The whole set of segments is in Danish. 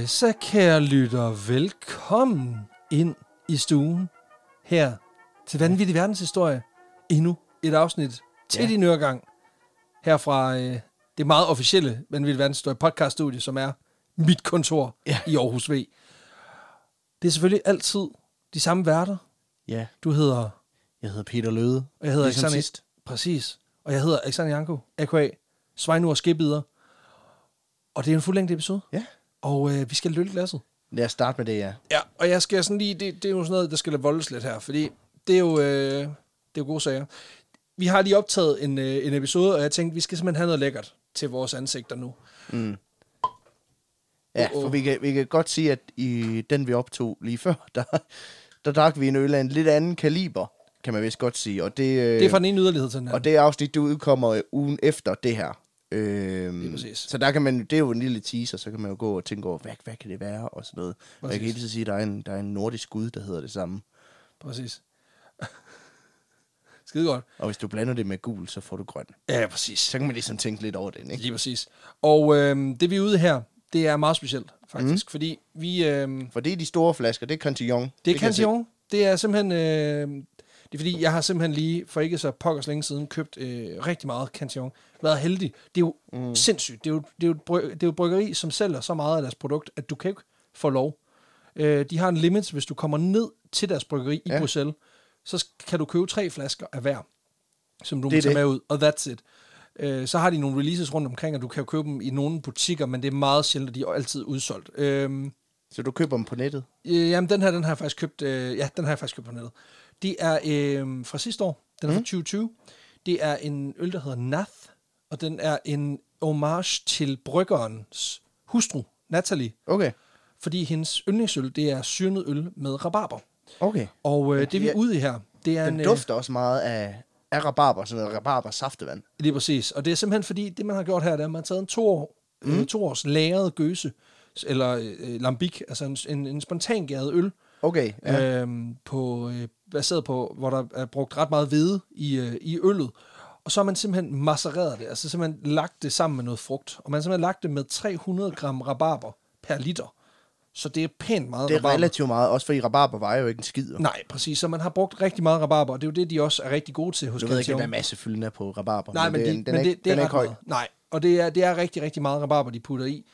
Så kære lytter, velkommen ind i stuen her til Vanvittig Verdenshistorie. Endnu et afsnit til din øregang her fra det meget officielle Vanvittig Verdenshistorie podcaststudie, som er mit kontor i Aarhus V. Det er selvfølgelig altid de samme værter. Ja. Du hedder... Jeg hedder Peter Løde. Og jeg hedder Alexander... Præcis. Og jeg hedder Alexander Janko, a.k.a. Svejnu og Skibbider. Og det er en fuldlængde episode. Ja. Og vi skal løbe glasset. Lad os starte med det, ja. Ja, og jeg skal sådan lige... Det er jo sådan noget, der skal voldes lidt her, fordi det er jo gode sager. Vi har lige optaget en episode, og jeg tænkte, vi skal simpelthen have noget lækkert til vores ansigter nu. Mm. Ja, for vi kan godt sige, at i den, vi optog lige før, der drak vi en øl af en lidt anden kaliber, kan man vist godt sige. Og det er fra den ene yderlighed til den anden. Og det afsnit, du udkommer ugen efter det her. Så der kan man, det er jo en lille teaser, så kan man jo gå og tænke over, hvad kan det være, og sådan noget. Og jeg kan helt sige, at der er en nordisk gud, der hedder det samme. Præcis. Skide godt. Og hvis du blander det med gul, så får du grøn. Ja, præcis. Så kan man ligesom tænke lidt over den, ikke? Lige præcis. Og det vi er ude her, det er meget specielt, faktisk. Fordi vi... For det er de store flasker, det er Cantillon. Det er Cantillon. Det er simpelthen... Det er fordi, jeg har simpelthen lige, for ikke så pokkers længe siden, købt rigtig meget Cantillon. Været heldig. Det er jo sindssygt. Det er jo et bryggeri, som sælger så meget af deres produkt, at du kan ikke få lov. De har en limit, hvis du kommer ned til deres bryggeri i Bruxelles, så kan du købe 3 flasker af hver, som du må tage med ud, og that's it. Så har de nogle releases rundt omkring, og du kan jo købe dem i nogle butikker, men det er meget sjældent, og de er altid udsolgt. Så du køber dem på nettet? Jamen, den har jeg faktisk købt. Den har jeg faktisk købt på nettet. Det er fra sidste år. Den er fra 2020. Det er en øl, der hedder Nath, og den er en homage til bryggerens hustru, Natalie. Okay. Fordi hendes yndlingsøl, det er syrnet øl med rabarber. Okay. Og det vi er ude i her, det er den dufter også meget af rabarber, sådan noget rabarber saftevand. Lige præcis. Og det er simpelthen fordi, det man har gjort her, det er, at man har taget en 2 års lagret gøse, eller lambic, altså en spontangæret øl. Okay. Ja. Baseret på, hvor der er brugt ret meget hvede i øllet. Og så har man simpelthen macereret det, altså simpelthen lagt det sammen med noget frugt. Og man har simpelthen lagt det med 300 gram rabarber per liter. Så det er pænt meget rabarber. Det er relativt meget, også fordi rabarber vejer jo ikke en skid. Nej, præcis. Så man har brugt rigtig meget rabarber, og det er jo det, de også er rigtig gode til hos Cantillon. Du ved ikke, at der er masse fyldende på rabarber. Nej, men den er ikke høj. Nej, og det er rigtig, rigtig meget rabarber, de putter i.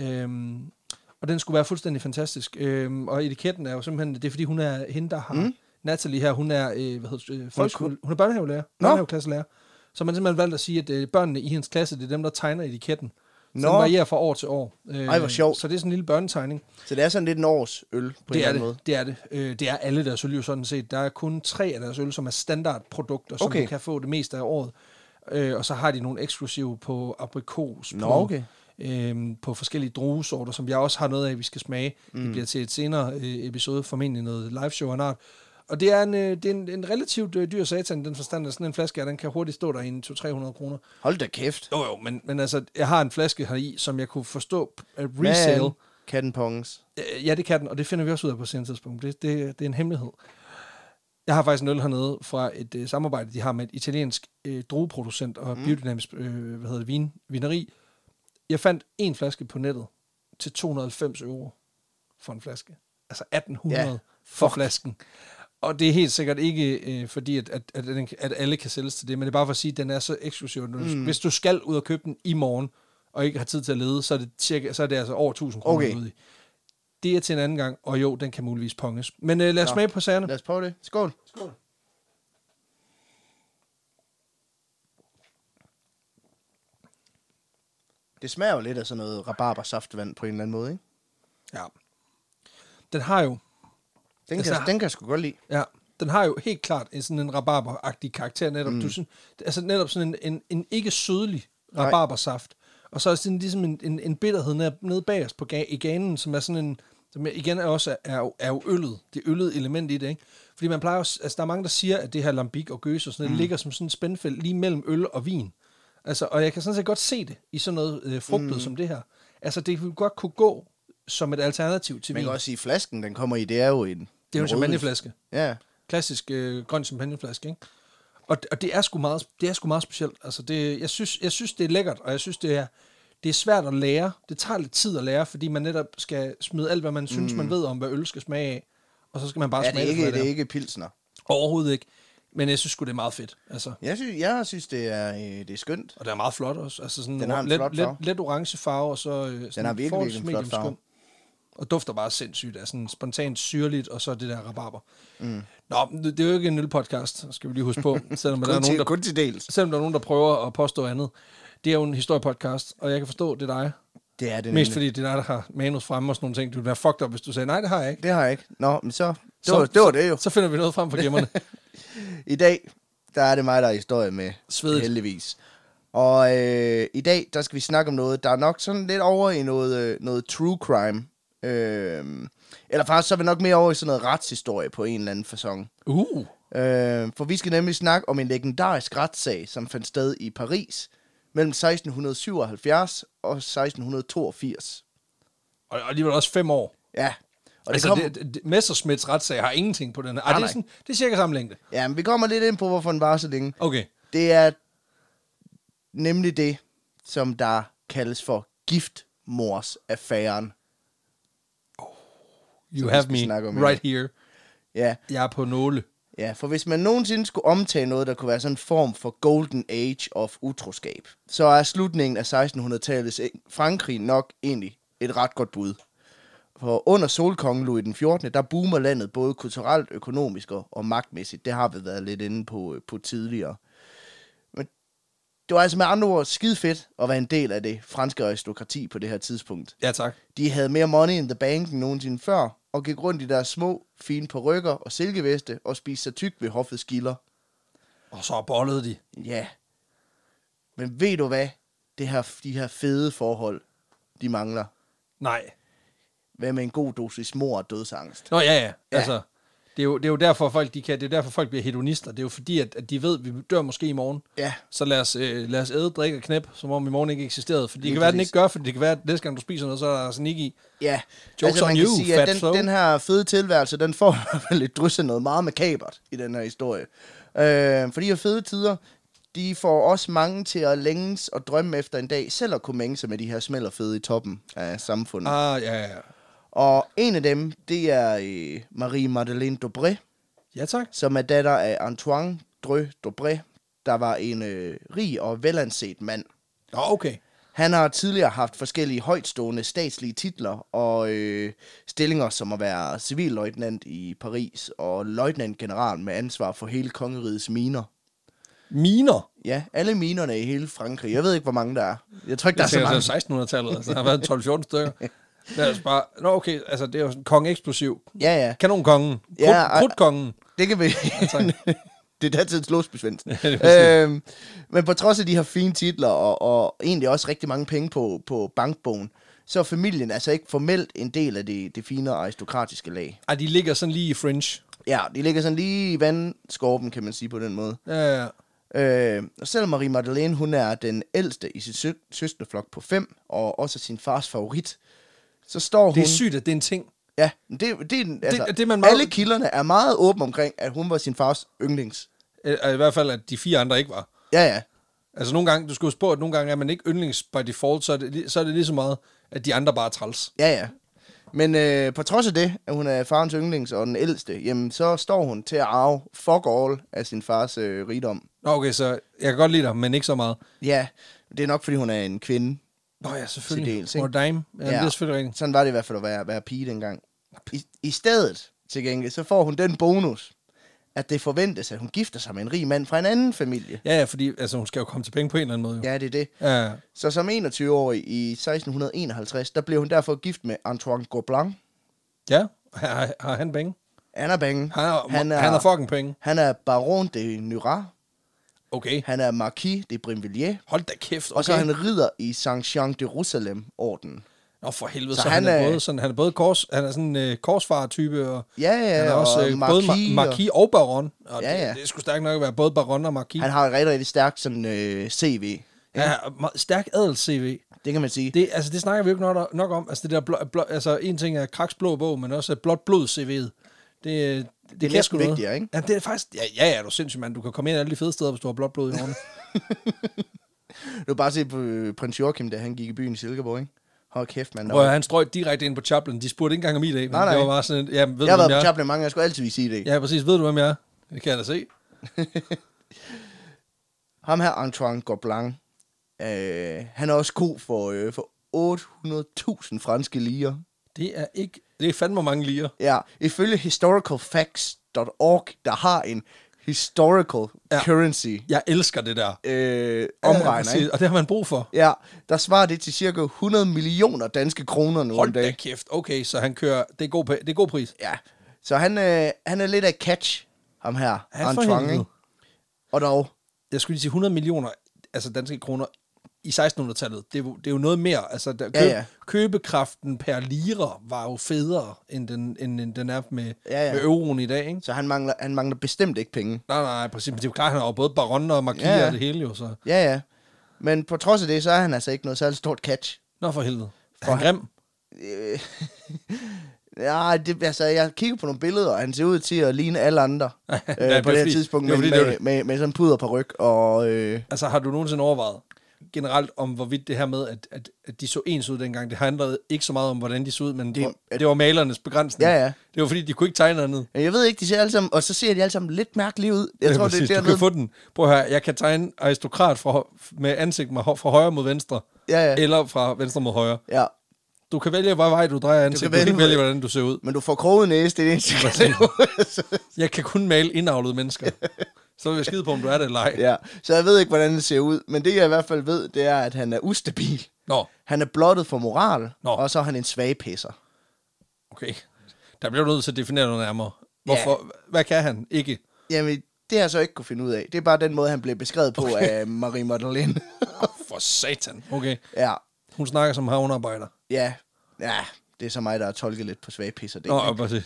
Og den skulle være fuldstændig fantastisk. Og etiketten er jo simpelthen, det er fordi hun er hende, der har Natalie her, hun er folkeskole, hun er børnehaveklasselærer. Så man simpelthen valgt at sige, at børnene i hendes klasse, det er dem, der tegner etiketten. Så den varierer fra år til år. Ej, hvor sjovt. Så det er sådan en lille børnetegning. Så det er sådan lidt en års øl på en eller anden måde? Det er det. Det er alle deres øl jo sådan set. Der er kun 3 af deres øl, som er standardprodukter, som du kan få det meste af året. Og så har de nogle eksklusive på aprikos, på forskellige druesorter, som jeg også har noget af, vi skal smage. Det bliver til et senere episode, formentlig noget liveshow og nart. Og det er en relativt dyr satan, den forstand, at sådan en flaske, den kan hurtigt stå der i 200-300 kroner. Hold da kæft. Jo, men altså, jeg har en flaske her i, som jeg kunne forstå resale. Kan den ponges? Ja, det kan den, og det finder vi også ud af på senere tidspunkt. Det er en hemmelighed. Jeg har faktisk en øl hernede fra et samarbejde, de har med et italiensk drueproducent og biodynamisk vineri. Jeg fandt en flaske på nettet til 290 euro for en flaske. Altså 1800 for flasken. Og det er helt sikkert ikke fordi, at alle kan sælges til det, men det er bare for at sige, at den er så eksklusiv. Hvis du skal ud og købe den i morgen, og ikke har tid til at lede, så er det altså over 1000 kroner ude i. Det er til en anden gang, og jo, den kan muligvis ponges. Men lad os smage på sagerne. Lad os prøve det. Skål. Skål. Det smager jo lidt af sådan noget rabarbersaftevand på en eller anden måde, ikke? Ja. Den har jo... Den kan jeg sgu godt lide. Ja, den har jo helt klart sådan en rabarberagtig karakter netop. Netop sådan en ikke sødlig rabarbersaft. Og så er sådan ligesom en bitterhed nede bagerst i ganen, som er sådan en... Som igen er jo øllet. Det øllede element i det, ikke? Fordi man plejer også... Altså, der er mange, der siger, at det her lambic og gøs og sådan noget, ligger som sådan en spændfelt lige mellem øl og vin. Altså, og jeg kan sådan set godt se det i sådan noget frugtet som det her. Altså, det vil godt kunne gå som et alternativ til vin. Man kan også sige, at flasken, den kommer i, det er jo en... Det er jo en champagneflaske. Ja. Klassisk grøn champagneflaske, ikke? Og det er sgu meget specielt. Altså, jeg synes, det er lækkert, og jeg synes, det det er svært at lære. Det tager lidt tid at lære, fordi man netop skal smide alt, hvad man synes, man ved om, hvad øl skal smage af. Og så skal man bare smage det. Det er ikke pilsner. Overhovedet ikke. Men jeg synes sgu, det er meget fedt. Altså. Jeg synes det er skønt. Og det er meget flot også. Altså sådan den har en flot farve. Let orange farve, og så den har virkelig en flot farve. Og dufter bare sindssygt. Er sådan spontant syrligt, og så det der rabarber. Nå, det er jo ikke en ølpodcast, skal vi lige huske på. Selvom der er nogen, der prøver at påstå andet. Det er jo en historiepodcast, og jeg kan forstå, det er dig. Det er det. Mest fordi det er dig, der har manus fremme og sådan nogle ting. Du ville være fucked up, hvis du sagde, nej, det har jeg ikke. Det har jeg ikke. Nå, men så det var det jo. Så finder vi noget frem fra gemmerne. I dag, der er det mig, der er historie med. Svedigt. Heldigvis. Og i dag, der skal vi snakke om noget, der er nok sådan lidt over i noget true crime. Eller faktisk, så er vi nok mere over i sådan noget retshistorie på en eller anden facon. For vi skal nemlig snakke om en legendarisk retssag, som fandt sted i Paris mellem 1677 og 1682. Og alligevel også 5 år. Ja. Og altså, Messerschmitts retssag har ingenting på den her. Det er cirka samme længde. Ja, men vi kommer lidt ind på, hvorfor den var så længe. Okay. Det er nemlig det, som der kaldes for giftmordsaffæren. You have me right here. Ja. Jeg er på nåle. Ja, for hvis man nogensinde skulle omtale noget, der kunne være sådan en form for golden age of utroskab, så er slutningen af 1600-tallets Frankrig nok egentlig et ret godt bud. For under solkongen Louis den 14., der boomer landet både kulturelt, økonomisk og magtmæssigt. Det har vi været lidt inde på tidligere. Men det var altså med andre ord skide fedt at være en del af det franske aristokrati på det her tidspunkt. Ja, tak. De havde mere money in the bank end nogensinde før, og gik rundt i deres små, fine perukker og silkeveste og spiste sig tykt ved hoffets gilder. Og så bollede de. Ja. Men ved du hvad? De her fede forhold, de mangler. Nej. Hvad med en god dosis mor og dødsangst? Nå ja. Altså, det er jo derfor folk det er derfor folk bliver hedonister. Det er jo fordi at de ved at vi dør måske i morgen. Ja. Så lad os æde, drikke og knæppe, som om i morgen ikke eksisterede. For det kan være den ikke gør, for det kan være at næste gang du spiser noget, så er der arsenik i. Ja. Jokes altså, on you, sige, fat at flow. den her fede tilværelse, den får lidt drysset noget meget makabert i den her historie. For de her fede tider, de får også mange til at længes og drømme efter en dag, selv at kunne mænge sig med de her smellerfede i toppen af samfundet. Ja. Og en af dem, det er Marie-Madeleine Dobré. Ja, tak. Som er datter af Antoine Dobré, der var en rig og velanset mand. Okay. Han har tidligere haft forskellige højtstående statslige titler og stillinger som at være civilløjtnant i Paris og løjtnant-general med ansvar for hele kongerigets miner. Miner? Ja, alle minerne i hele Frankrig. Jeg ved ikke, hvor mange der er. Jeg tror ikke, der er så mange. Det er 1600-tallet, altså der har været 12-14 stykker. Det er altså bare, okay, altså det er jo sådan konge-eksplosiv. Ja. Kanonkongen. Krudtkongen. Det kan vi... Det er datidens låsbysvendsen. Men på trods af de her fine titler, og egentlig også rigtig mange penge på bankbogen, så er familien altså ikke formelt en del af det fine aristokratiske lag. Ej, de ligger sådan lige i fringe. Ja, de ligger sådan lige i vandskorpen, kan man sige på den måde. Ja. Og selvom Marie-Madeleine, hun er den ældste i sin søsterflok på 5, og også sin fars favorit, så står hun... Det er sygt, at det er en ting. Ja, alle kilderne er meget åbne omkring, at hun var sin fars yndlings. I hvert fald, at de 4 andre ikke var. Ja. Altså nogle gange, du skal huske på, at nogle gange er man ikke yndlings by default, så er det lige så meget, at de andre bare er træls. Ja. Men på trods af det, at hun er farens yndlings og den ældste, jamen så står hun til at arve fuck all af sin fars rigdom. Okay, så jeg kan godt lide dig, men ikke så meget. Ja, det er nok, fordi hun er en kvinde. Nå ja, selvfølgelig. Dels, og dame. Ja, det er selvfølgelig rigtigt. Sådan var det i hvert fald at være pige dengang. I stedet, til gengæld, så får hun den bonus, at det forventes, at hun gifter sig med en rig mand fra en anden familie. Ja, fordi altså, hun skal jo komme til penge på en eller anden måde. Jo. Ja, det er det. Ja. Så som 21-årig i 1651, der blev hun derfor gift med Antoine Gobelin. Ja, har han penge? Han er penge. Han er fucking penge. Han er baron de Murat. Okay. Han er marquis de Brinvilliers. Hold da kæft, okay. Og så er han ridder i Saint-Jean de Jerusalem-ordenen. Nå, for helvede, så han er både sådan en korsfarer-type, og ja, han er også både marquis og baron. Og ja. Det er sgu stærkt nok at være både baron og marquis. Han har et rigtig stærkt sådan CV. Ja, stærk adels-CV. Det kan man sige. Det snakker vi jo ikke nok om. Altså, det der altså, en ting er Kraks blå bog, men også blot blod-CV'et. Det er næsten vigtigere, ikke? Ja, det er faktisk... Ja, du er sindssygt, mand. Du kan komme ind alle de fede steder, hvis du har blot blod i årene. Du bare se på prins Joachim, da han gik i byen i Silkeborg, ikke? Hold kæft, mand. Han strøg direkte ind på Chaplin. De spurgte ikke engang om i dag. Nej. Det var bare sådan, jeg har været på Chaplin mange, jeg skulle altid vise i det. Ja, præcis. Ved du, hvem jeg er? Det kan jeg da se. Ham her, Antoine Gobelin, han er også god for 800.000 franske liger. Det er fandme mange liger. Ja, ifølge historicalfacts.org, der har en historical currency. Jeg elsker det der. Omregner, ikke? Og det har man brug for. Ja, der svarer det til cirka 100 millioner danske kroner nu om dagen. Hold da kæft. Okay, så han kører... Det er god pris. Ja, så han er lidt af catch, ham her, Antoine, ikke? Og dog... Jeg skulle lige sige 100 millioner altså danske kroner i 1600-tallet. Det er jo noget mere. Altså, købekraften per lire var jo federe, end den er med euroen i dag, ikke? Så han mangler bestemt ikke penge. Nej, præcis. Men det er jo klart, han har jo både baronner og markier og det hele jo, så... Ja. Men på trods af det, så er han altså ikke noget særligt stort catch. Nå, for helvede. Er han grim? Ja, jeg kigger på nogle billeder, og han ser ud til at ligne alle andre på det her tidspunkt med sådan puder på ryg. Og, Altså, har du nogensinde overvejet generelt om, hvorvidt det her med, at de så ens ud dengang, det handlede ikke så meget om, hvordan de så ud, men det var malernes begrænsning. Ja. Det var fordi, de kunne ikke tegne andet. Jeg ved ikke, de ser alle sammen, og så ser de alle sammen lidt mærkelige ud. Jeg tror, præcis, det er du kan få den. Prøv at høre, jeg kan tegne aristokrat med ansigt fra højre mod venstre, eller fra venstre mod højre. Ja. Du kan vælge, hvad vej du drejer ansigt. Du kan ikke vælge, hvordan du ser ud. Men du får kroget næse, det er det eneste. Jeg kan kun male indavlede mennesker. Så vil jeg skide på, om du er det eller ej. Ja, så jeg ved ikke, hvordan det ser ud. Men det, jeg i hvert fald ved, det er, at han er ustabil. Nå. Han er blottet for moral, og så er han en svag pisser. Okay. Der bliver du nødt til at definere noget nærmere. Hvorfor? Ja. Hvad kan han ikke? Jamen, det har jeg så ikke kunne finde ud af. Det er bare den måde, han blev beskrevet på af Marie Madeleine. For satan. Okay. Ja. Hun snakker som havnearbejder. Ja, det er så mig, der har tolket lidt på svag pisser. Præcis.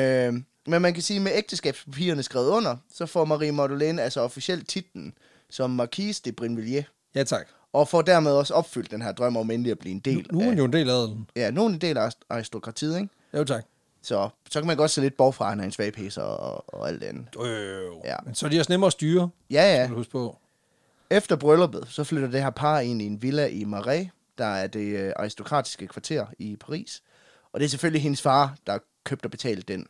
Men man kan sige, at med ægteskabspapirerne skrevet under, så får Marie Madeleine altså officielt titlen som Marquise de Brinvilliers. Ja, tak. Og får dermed også opfyldt den her drøm om endelig at blive en del nu er hun jo en del af adelen. Ja, nu er en del af aristokratiet, ikke? Jo, tak. Så kan man godt se lidt bort fra, at han er en svag pisser og alt det andet. Ja. Men så er de også nemmere at styre. Ja. Skal du huske på. Efter brylluppet, så flytter det her par ind i en villa i Marais, der er det aristokratiske kvarter i Paris. Og det er selvfølgelig hendes far, der købte og betalt den.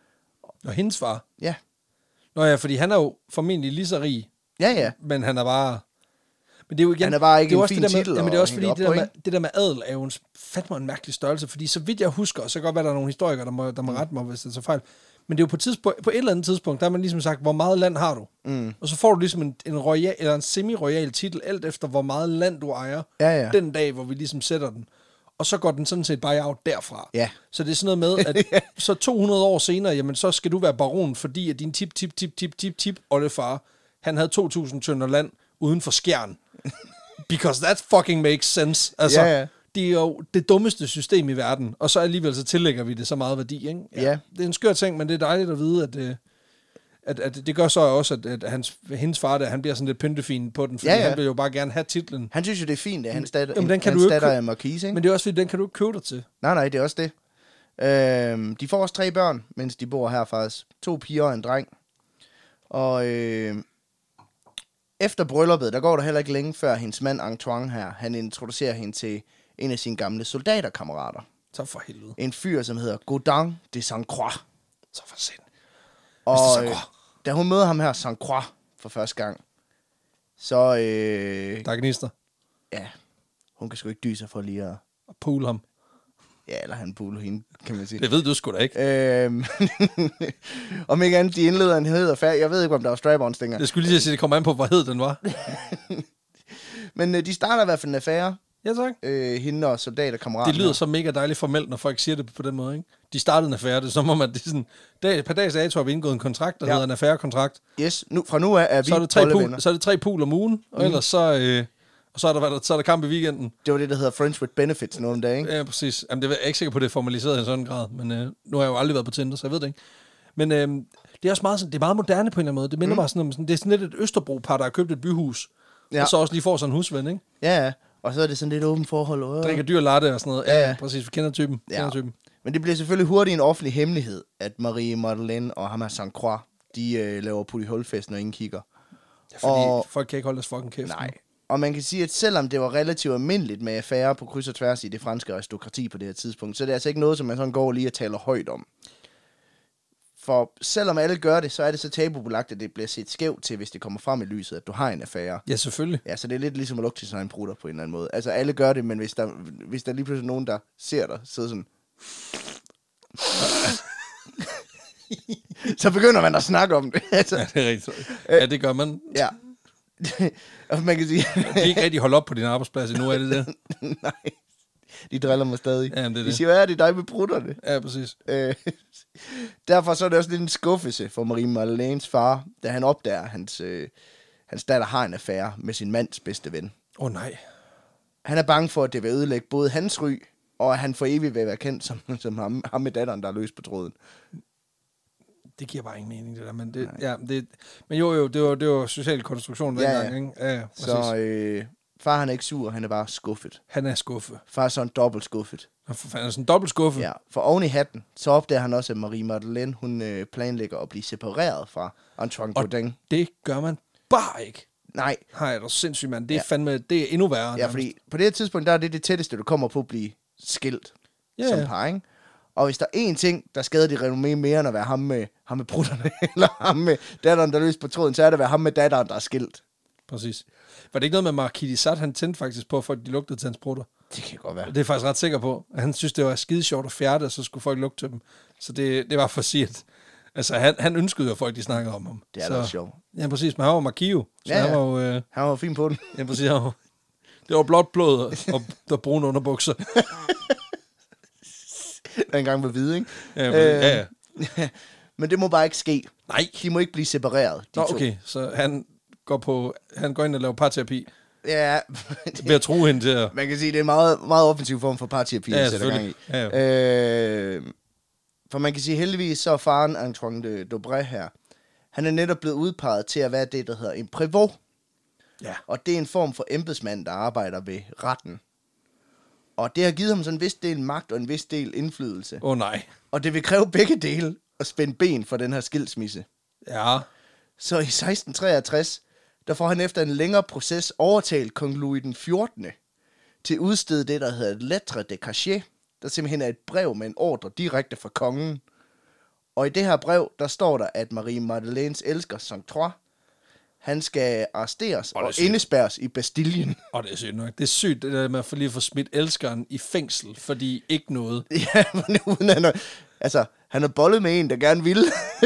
Og hendes far? Ja. Nå ja, fordi han er jo formentlig lige så rig. Ja. Men han er bare... Men det er jo igen... Han er bare ikke en fin titel. Men det er også fordi, det der med adel er jo fandme en mærkelig størrelse. Fordi så vidt jeg husker, så kan godt være, der er nogle historikere, der må rette mig, hvis det er så fejl. Men det er jo på et eller andet tidspunkt, der har man ligesom sagt, hvor meget land har du? Og så får du ligesom en royal eller en semi-royal titel, alt efter hvor meget land du ejer, den dag, hvor vi ligesom sætter den. Og så går den sådan set bare out derfra. Ja. Så det er sådan noget med, at så 200 år senere, jamen så skal du være baron, fordi at din tip oldefar, han havde 2.000 tønder land uden for Skjern. Because that fucking makes sense. Altså, det er jo det dummeste system i verden, og så alligevel så tillægger vi det så meget værdi, ikke? Ja. Det er en skør ting, men det er dejligt at vide, at det gør så også, at hendes far der, han bliver sådan lidt pyntefin på den, fordi han vil jo bare gerne have titlen. Han synes jo, det er fint, at hans datter er marquise, ikke? Men det er også fordi, den kan du ikke købe dig til. Nej, det er også det. De får også 3 børn, mens de bor her faktisk. 2 piger og en dreng. Og efter brylluppet, der går der heller ikke længe før hendes mand Antoine her, han introducerer hende til en af sine gamle soldaterkammerater. Så for helvede. En fyr, som hedder Gaudin de Sainte-Croix. Så for sind. Og da hun møder ham her, Sainte-Croix, for første gang, så... der er gnister. Ja, hun kan sgu ikke dyse for lige at... Pool ham. Ja, eller han pooler hende, kan man sige. Det ved du sgu da ikke. Om ikke andet, de indleder en hed og færd. Jeg ved ikke, om der var strap-ons dengang. Jeg skulle lige sige, at det kommer an på, hvor hed den var. Men de starter i hvert fald en affære. Ja, tak. Hende og soldaterkammerater. Det lyder så mega dejligt formelt, når folk siger det på den måde, ikke? De startede en affære, det er som om, at det er sådan... Per dags dato har vi indgået en kontrakt, der hedder en affærekontrakt. Yes, fra nu af er vi så er det 3 pool om ugen, og ellers så... Og så er der kamp i weekenden. Det var det, der hedder Friends with Benefits nu om dagen, ikke? Ja, præcis. Jamen, det er jeg ikke sikker på, det er formaliseret i en sådan grad, men nu har jeg jo aldrig været på Tinder, så jeg ved det ikke. Men det er også meget, sådan, det er meget moderne på en eller anden måde. Det minder mig sådan om, det er sådan lidt et Østerbro-par, der har købt et byhus, og så også lige får sådan en husven, ikke? Ja, og så er det sådan lidt åbent forhold. Drikker dyr latte og sådan noget. Ja, præcis. Vi kender typen. Men det bliver selvfølgelig hurtigt en offentlig hemmelighed, at Marie Madeleine og ham her Sainte-Croix, de laver putihulfest, når ingen kigger. Ja, fordi folk kan ikke holde deres fucking kæft. Nej. Og man kan sige, at selvom det var relativt almindeligt med affærer på kryds og tværs i det franske aristokrati på det her tidspunkt, så er det altså ikke noget, som man sådan går lige og taler højt om. For selvom alle gør det, så er det så tabubelagt, at det bliver set skævt til, hvis det kommer frem i lyset, at du har en affære. Ja, selvfølgelig. Ja, så det er lidt ligesom at lugte til sig en brutter på en eller anden måde. Altså alle gør det, men hvis der lige pludselig nogen, der ser dig, så sådan... så begynder man at snakke om det. Altså, ja, det er rigtigt. Ja, det gør man. Ja. Og man kan sige... de er ikke rigtig holdt op på din arbejdsplads endnu, er det det? Nej. De driller mig stadig. Ja, det er de siger, hvad er det dig med brutterne? Ja, præcis. Derfor så er det også lidt en skuffelse for Marie Madeleines far, da han opdager, at hans datter har en affære med sin mands bedste ven. Nej. Han er bange for, at det vil ødelægge både hans ry, og at han for evigt vil være kendt som ham med datteren, der er løs på tråden. Det giver bare ingen mening, det der. Men, men jo, det var social konstruktion dengang, ikke? Ja, så far han er ikke sur, han er bare skuffet. Han er skuffet. Far er sådan dobbelt skuffet. Han er sådan dobbelt skuffet? Ja, for oven i hatten, så opdager han også, at Marie Madeleine, hun planlægger at blive separeret fra Antoine Bourdain. Det gør man bare ikke. Nej. Nej, det er sindssygt, mand. Det er fandme, det er endnu værre. Ja, fordi på det her tidspunkt, der er det tætteste, du kommer på at blive skilt som par, ikke? Og hvis der er én ting, der skader dit renommé mere, end at være ham med brutterne, eller ham med datteren, der løs på tråden, så er det at være ham med datteren, der er skilt. Præcis. Var det ikke noget med Marquis de Sade, han tændte faktisk på, at folk de lugtede til hans brutter? Det kan godt være. Det er jeg faktisk ret sikker på. Han synes, det var skide sjovt at fjerde, og så skulle folk lugte til dem. Så det var for sig, at altså, han ønskede jo, at folk de snakkede om ham. Det er da sjovt. Ja, præcis. Men han var Marquis jo. Så ja. Han var jo... Han var fin på den. Ja, præcis. Det var blåt blod og der brune underbukser. En gang med hvide, ikke? Ja. Men det må bare ikke ske. Nej. De må ikke blive separeret, de to. Okay. Så han går ind og laver parterapi. Ja. Ved at true hende til at... Man kan sige, det er en meget, meget offensiv form for parterapi, ja, sætter gang i. Ja. For man kan sige, heldigvis så er faren Antoine Dobré her, han er netop blevet udpeget til at være det, der hedder en prévôt. Ja. Og det er en form for embedsmand, der arbejder ved retten. Og det har givet ham sådan en vis del magt og en vis del indflydelse. Nej. Og det vil kræve begge dele at spænde ben for den her skilsmisse. Ja. Så i 1663, der får han efter en længere proces overtalt kong Louis den 14. til at udstede det, der hedder lettre de cachet, der simpelthen er et brev med en ordre direkte fra kongen. Og i det her brev, der står der, at Marie Madeleines elsker Saint-Croix, han skal arresteres og indespærres i Bastillen. Det er sygt nok. Det er sygt, det der med at lige få smidt elskeren i fængsel, fordi ikke noget. Ja, men uden han har bollet med en, der gerne ville.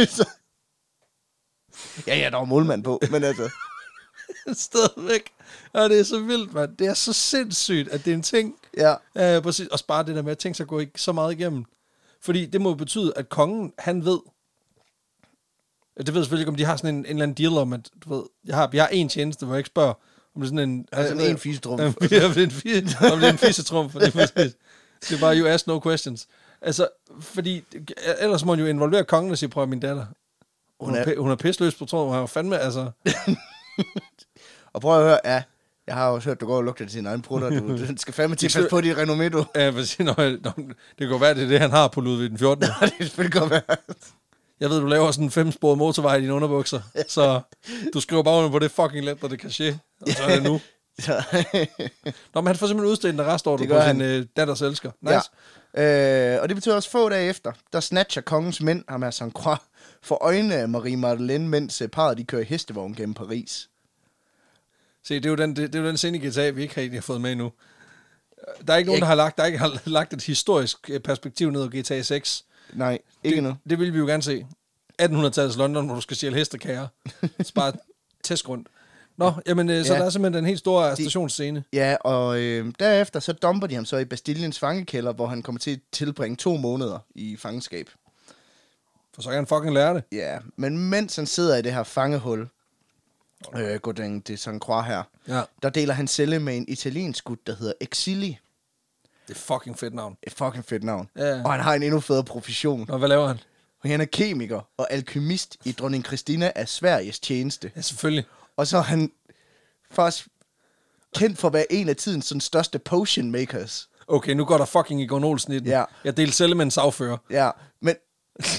Ja, der var målmand på, men altså... Stadigvæk. Og det er så vildt, mand. Det er så sindssygt, at det er en ting. Ja. Præcis. Og bare det der med at tænke sig at gå ikke så meget igennem. Fordi det må betyde, at kongen, han ved... Det ved selvfølgelig ikke, om de har sådan en eller anden deal om, at du ved, jeg har en tjeneste, hvor jeg ikke spørger, om det er sådan en... Altså en fisetrumf. Om det er en fisetrumf. Det er bare, you ask no questions. Altså, fordi ellers må man jo involvere kongen og sige, prøv at min datter. Hun er pissløs på tråden, hun har jo fandme, altså... Og prøv at høre, ja, jeg har også hørt, du går og lugter til sin egen brutter, du skal fandme til at passe på dit renommé, du. Ja, præcis, det kan være, det han har på Ludvig den 14. Nej, det kan selvfølgelig godt være. Jeg ved, du laver sådan en 5-sporet motorvej i dine underbukser, så du skriver bare under på det fucking let, og det cachet, og så er det nu. Nå, men han får simpelthen udstedt en arrestordre på sin datters elsker. Nice. Ja. Og det betyder også få dage efter, der snatcher kongens mænd, ham her Saint-Croix, for øjnene af Marie Madeleine, mens parret de kører i hestevogn gennem Paris. Se, det er jo den scene i GTA, vi ikke har fået med endnu. Der er ikke nogen, der har lagt et historisk perspektiv ned af GTA 6. Nej, ikke nu. Det vil vi jo gerne se. 1800-tallets London, hvor du skal stjæle hestekager. Bare tæsk rundt. Nå, jamen, så der er simpelthen den helt store stationsscene. Ja, og derefter så dumper de ham så i Bastillens fangekælder, hvor han kommer til at tilbringe 2 måneder i fangenskab. For så kan han fucking lære det. Ja, men mens han sidder i det her fangehul, Godin de Saint-Croix her, der deler han celle med en italiensk gut, der hedder Exili. Det er fucking fedt navn. Et fucking fedt navn. Ja. Og han har en endnu federe profession. Og hvad laver han? Han er kemiker og alkymist i dronning Christina af Sveriges tjeneste. Ja, selvfølgelig. Og så er han faktisk kendt for at være en af tidens sådan, største potion makers. Okay, nu går der fucking Egon Olsen i den. Ja. Jeg delte celle med en sagfører. Ja, men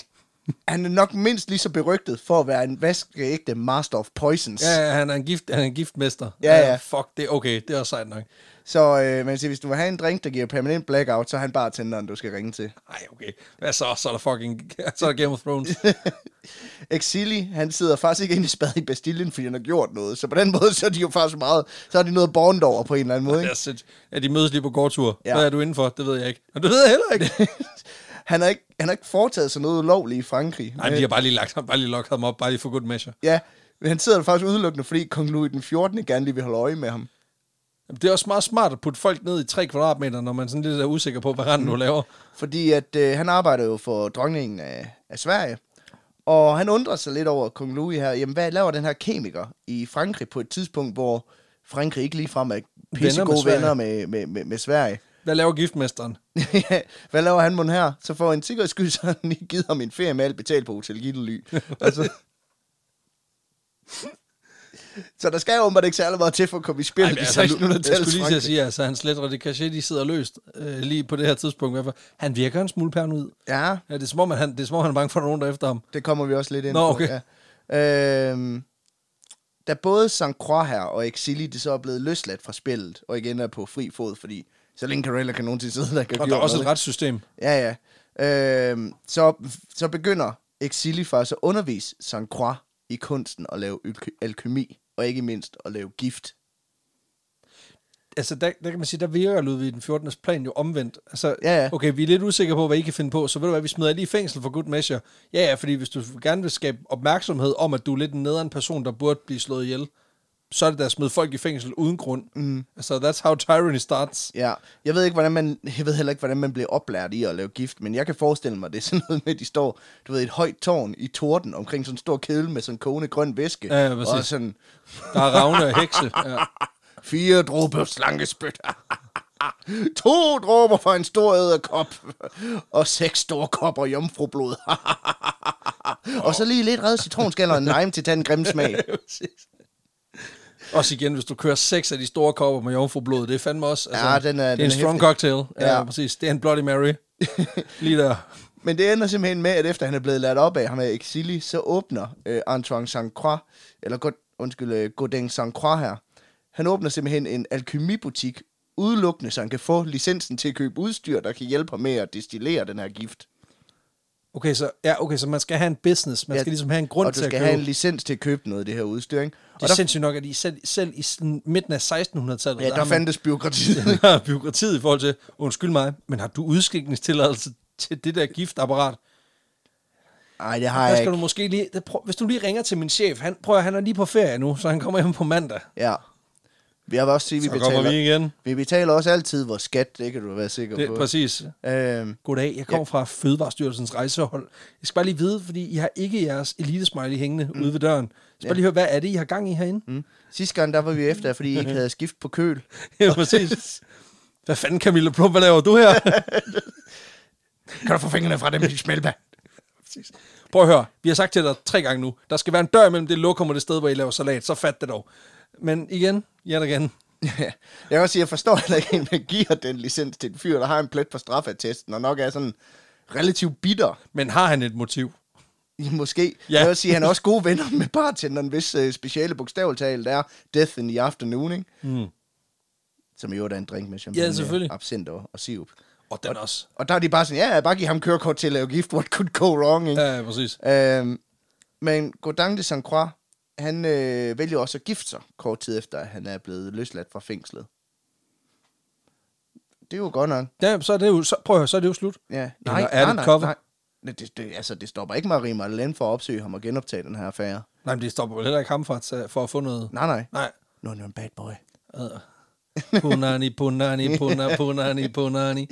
Han er nok mindst lige så berygtet for at være en vaskeægte master of poisons. Ja, han er en giftmester. Ja. Fuck, det er okay. Det er også sejt nok. Så man siger, hvis du vil have en drink, der giver permanent blackout, så er han bare tenderen, du skal ringe til. Nej, okay. Hvad så? Så er der fucking... Så er der Game of Thrones. Exili, han sidder faktisk ikke inde i spad i Bastillen, fordi han har gjort noget. Så på den måde, så er de jo faktisk meget... Så er de noget bondet over på en eller anden måde, ikke? Ja, de mødes lige på gårdtur. Ja. Hvad er du indenfor? Det ved jeg ikke. Og det ved jeg heller ikke. Han har ikke foretaget sig noget ulovligt i Frankrig. Nej, de har bare lige lukket ham op, bare lige for good measure. Ja, men han sidder der faktisk udelukkende, fordi kong Louis den 14. gerne lige vil holde øje med ham. Jamen, det er også meget smart at putte folk ned i 3 kvadratmeter, når man sådan lidt er usikker på, hvad randen nu laver. Fordi at han arbejder jo for dronningen af Sverige, og han undrer sig lidt over kong Louis her. Jamen, hvad laver den her kemiker i Frankrig på et tidspunkt, hvor Frankrig ikke ligefrem er pissegode venner med Sverige? Hvad laver giftmesteren? Ja, hvad laver han mon her? Så for en sikkerheds skyld, så har han lige givet ham en ferie med alt betalt på Hotel Gitterly. Altså. Så der skal jo åbenbart ikke særlig meget til for at komme i spil. Jeg skulle lige til at sige, altså hans lettere, det kan de sidder løst lige på det her tidspunkt. Han virker en smule paranoid. Ja. Det er som om han er bange for nogen der efter ham. Det kommer vi også lidt ind på. Okay. Ja. Da både St. Croix her og Exili, det så er blevet løsladt fra spillet, og igen er på fri fod, fordi så længe Carella kan nogen til side, der kan og der er også et retssystem. Ja. Så begynder Exili faktisk at undervise St. Croix i kunsten at lave alkymi, og ikke mindst at lave gift. Altså, der kan man sige, der virker Ludvig den 14. plan jo omvendt. Altså, ja. Okay, vi er lidt usikre på, hvad I kan finde på, så ved du hvad, vi smider lige i fængsel for good measure. Ja, fordi hvis du gerne vil skabe opmærksomhed om, at du er lidt en nederen person, der burde blive slået ihjel, så er det der at smide folk i fængsel uden grund. Altså, that's how tyranny starts. Ja, jeg ved heller ikke, hvordan man bliver oplært i at lave gift, men jeg kan forestille mig, det er sådan noget med, at de står, du ved, et højt tårn i torden, omkring sådan en stor kedel med sådan kogende grøn væske. Ja, præcis. Og sådan... Der er ravne og hekse. Ja. 4 dråber slangespyt. 2 dråber fra en stor æderkop. Og 6 store kopper jomfrublod. Og så lige lidt red citronskaller og en lime til at tage en grim smag. Også igen, hvis du kører 6 af de store kopper med jomfrublod, det er fandme også... Altså, det er en strong cocktail. Ja, præcis. Det er en Bloody Mary. Lige der. Men det ender simpelthen med, at efter han er blevet lært op af ham af Exili, så åbner Antoine St. Croix, eller Godin St. Croix her, han åbner simpelthen en alkymibutik, udelukkende, så han kan få licensen til at købe udstyr, der kan hjælpe ham med at destillere den her gift. Okay, så man skal have en business. Man skal ligesom have en grund til at købe. Og du skal have en licens til at købe noget af det her udstyr, ikke? Det er sindssygt nok, at I selv i midten af 1600-tallet... Ja, der fandtes byråkratiet. Byråkratiet i forhold til, undskyld mig, men har du udskikningstilladelse til det der gifapparat? Nej, det har jeg ikke. Du måske lige, hvis du lige ringer til min chef, han er lige på ferie nu, så han kommer hjem på mandag. Ja. Vi har også sige, vi betaler også altid vores skat, det kan du være sikker på. Præcis. Goddag, jeg kommer fra Fødevarestyrelsens rejsehold. Jeg skal bare lige vide, fordi I har ikke jeres elitesmiley hængende ude ved døren. Jeg skal bare lige høre, hvad er det, I har gang i herinde? Sidste gang, der var vi efter, fordi I ikke havde skift på køl. Ja, præcis. Hvad fanden, Camilla Plum, hvad laver du her? Kan du få fingrene fra dem, de smælper? Præcis. Prøv at høre, vi har sagt til dig 3 gange nu, der skal være en dør mellem det lokum og det sted, hvor I laver salat, så fat det dog. Men igen. Ja. Jeg kan også sige, jeg forstår heller ikke, at man giver den licens til en fyr, der har en plet på straffeattesten, og nok er sådan relativt bitter. Men har han et motiv? Måske. Ja. Jeg vil sige, at han er også gode venner med bartenderen, hvis speciale bogstaveltale er Death in the Afternoon, ikke? Som jo er en drink med champagne, absint og sirup. Og den også. Og der er de bare sådan, bare give ham kørekort til at lave gift, what could go wrong, ikke? Ja, præcis. Men Godin de St. Croix, han vælger også at gifte sig kort tid efter, at han er blevet løsladt fra fængslet. Det er jo godt nok. Ja, så er det jo, så er det jo slut. Ja. Nej. Det stopper ikke Marie Madeleine for at opsøge ham og genoptage den her affære. Nej, men det stopper vel heller ikke ham for at få noget... Nej. Nu er han en bad boy. Punani.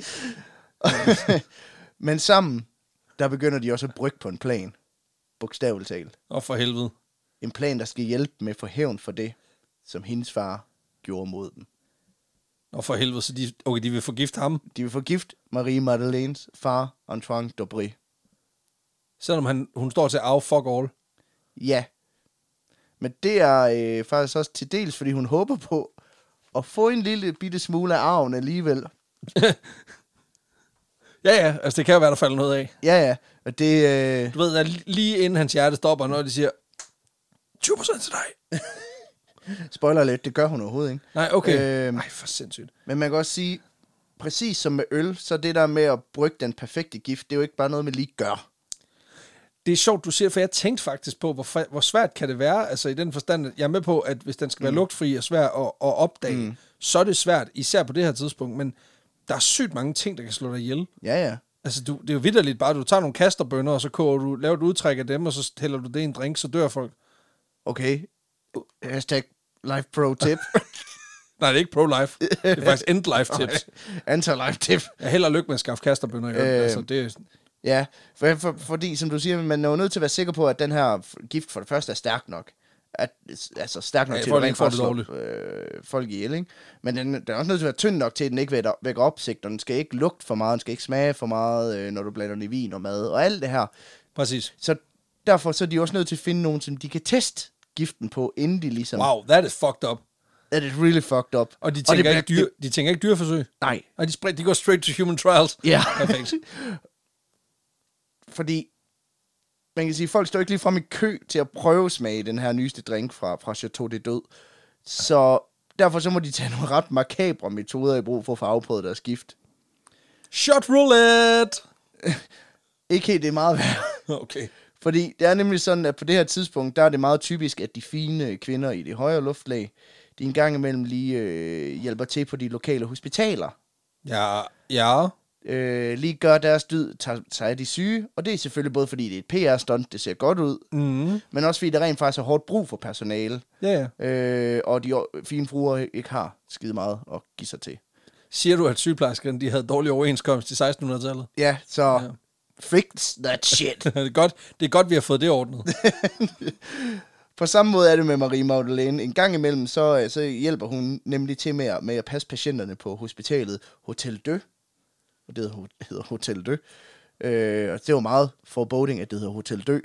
Men sammen, der begynder de også at brygge på en plan. Bogstaveligt talt. Og for helvede. En plan, der skal hjælpe med for hævn for det, som hendes far gjorde mod dem. Og for helvede, så de vil forgifte ham? De vil forgifte Marie Madeleines far, Antoine Dobré. Selvom hun står til at fuck all? Ja. Men det er faktisk også til dels, fordi hun håber på at få en lille bitte smule af arven alligevel. Ja, altså det kan jo være, der falder noget af. Ja, og det... Du ved, at lige inden hans hjerte stopper, når de siger, 20% til dig. Spoiler lidt, det gør hun overhovedet ikke. Nej, okay. Nej, for sindssygt. Men man kan også sige, præcis som med øl, så det der med at brygge den perfekte gift, det er jo ikke bare noget, man lige gør. Det er sjovt, du siger, for jeg tænkte faktisk på, hvor svært kan det være, altså i den forstand, at jeg er med på, at hvis den skal være lugtfri og svær at opdage, så er det svært, især på det her tidspunkt, men der er sygt mange ting, der kan slå dig ihjel. Ja. Altså, det er jo vitterligt bare, du tager nogle kasterbønner, og så laver du udtræk af dem, og så hælder du det i en drink, så dør folk. Okay. Hashtag life pro tip. Nej, det er ikke pro-life. Det er faktisk end-life tips. Anti-life tip. Jeg held og lykke med at skaffe kasterbønner. Altså, det Ja, fordi som du siger, man er jo nødt til at være sikker på, at den her gift for det første er stærk nok. Altså stærk nok til at rent faktisk slå folk ihjel, ikke? Men den er også nødt til at være tynd nok til, at den ikke vækker opsigt, og den skal ikke lugte for meget, den skal ikke smage for meget, når du blander den i vin og mad, og alt det her. Præcis. Så derfor så er de også nødt til at finde nogen, som de kan teste giften på, inden de ligesom... Wow, that is fucked up. That is really fucked up. Og de tænker ikke dyreforsøg? Nej. Og de går straight to human trials? Ja. Perfekt. Fordi man kan sige, folk står ikke lige frem i kø til at prøve smage den her nyeste drink fra Chateau de Død. Så derfor så må de tage nogle ret makabre metoder i brug for at få afprøvet deres gift. Shot roulette! Ikke helt, det er meget værd. Okay. Fordi det er nemlig sådan, at på det her tidspunkt, der er det meget typisk, at de fine kvinder i det højere luftlag, de en gang imellem lige hjælper til på de lokale hospitaler. Ja. Lige gør deres dyd, tager af de syge, og det er selvfølgelig både fordi det er et PR-stunt, det ser godt ud, men også fordi der rent faktisk er hårdt brug for personale, og de fine fruer ikke har skide meget at give sig til. Siger du, at sygeplejerskerne de havde dårlig overenskomst i 1600-tallet? Ja, så fix that shit. Det er godt, vi har fået det ordnet. På samme måde er det med Marie Magdalene. En gang imellem, så hjælper hun nemlig til med at passe patienterne på hospitalet Hotel Deux. Og det hedder Hotel Deux. Og det var meget foreboding, at det hedder Hotel Deux.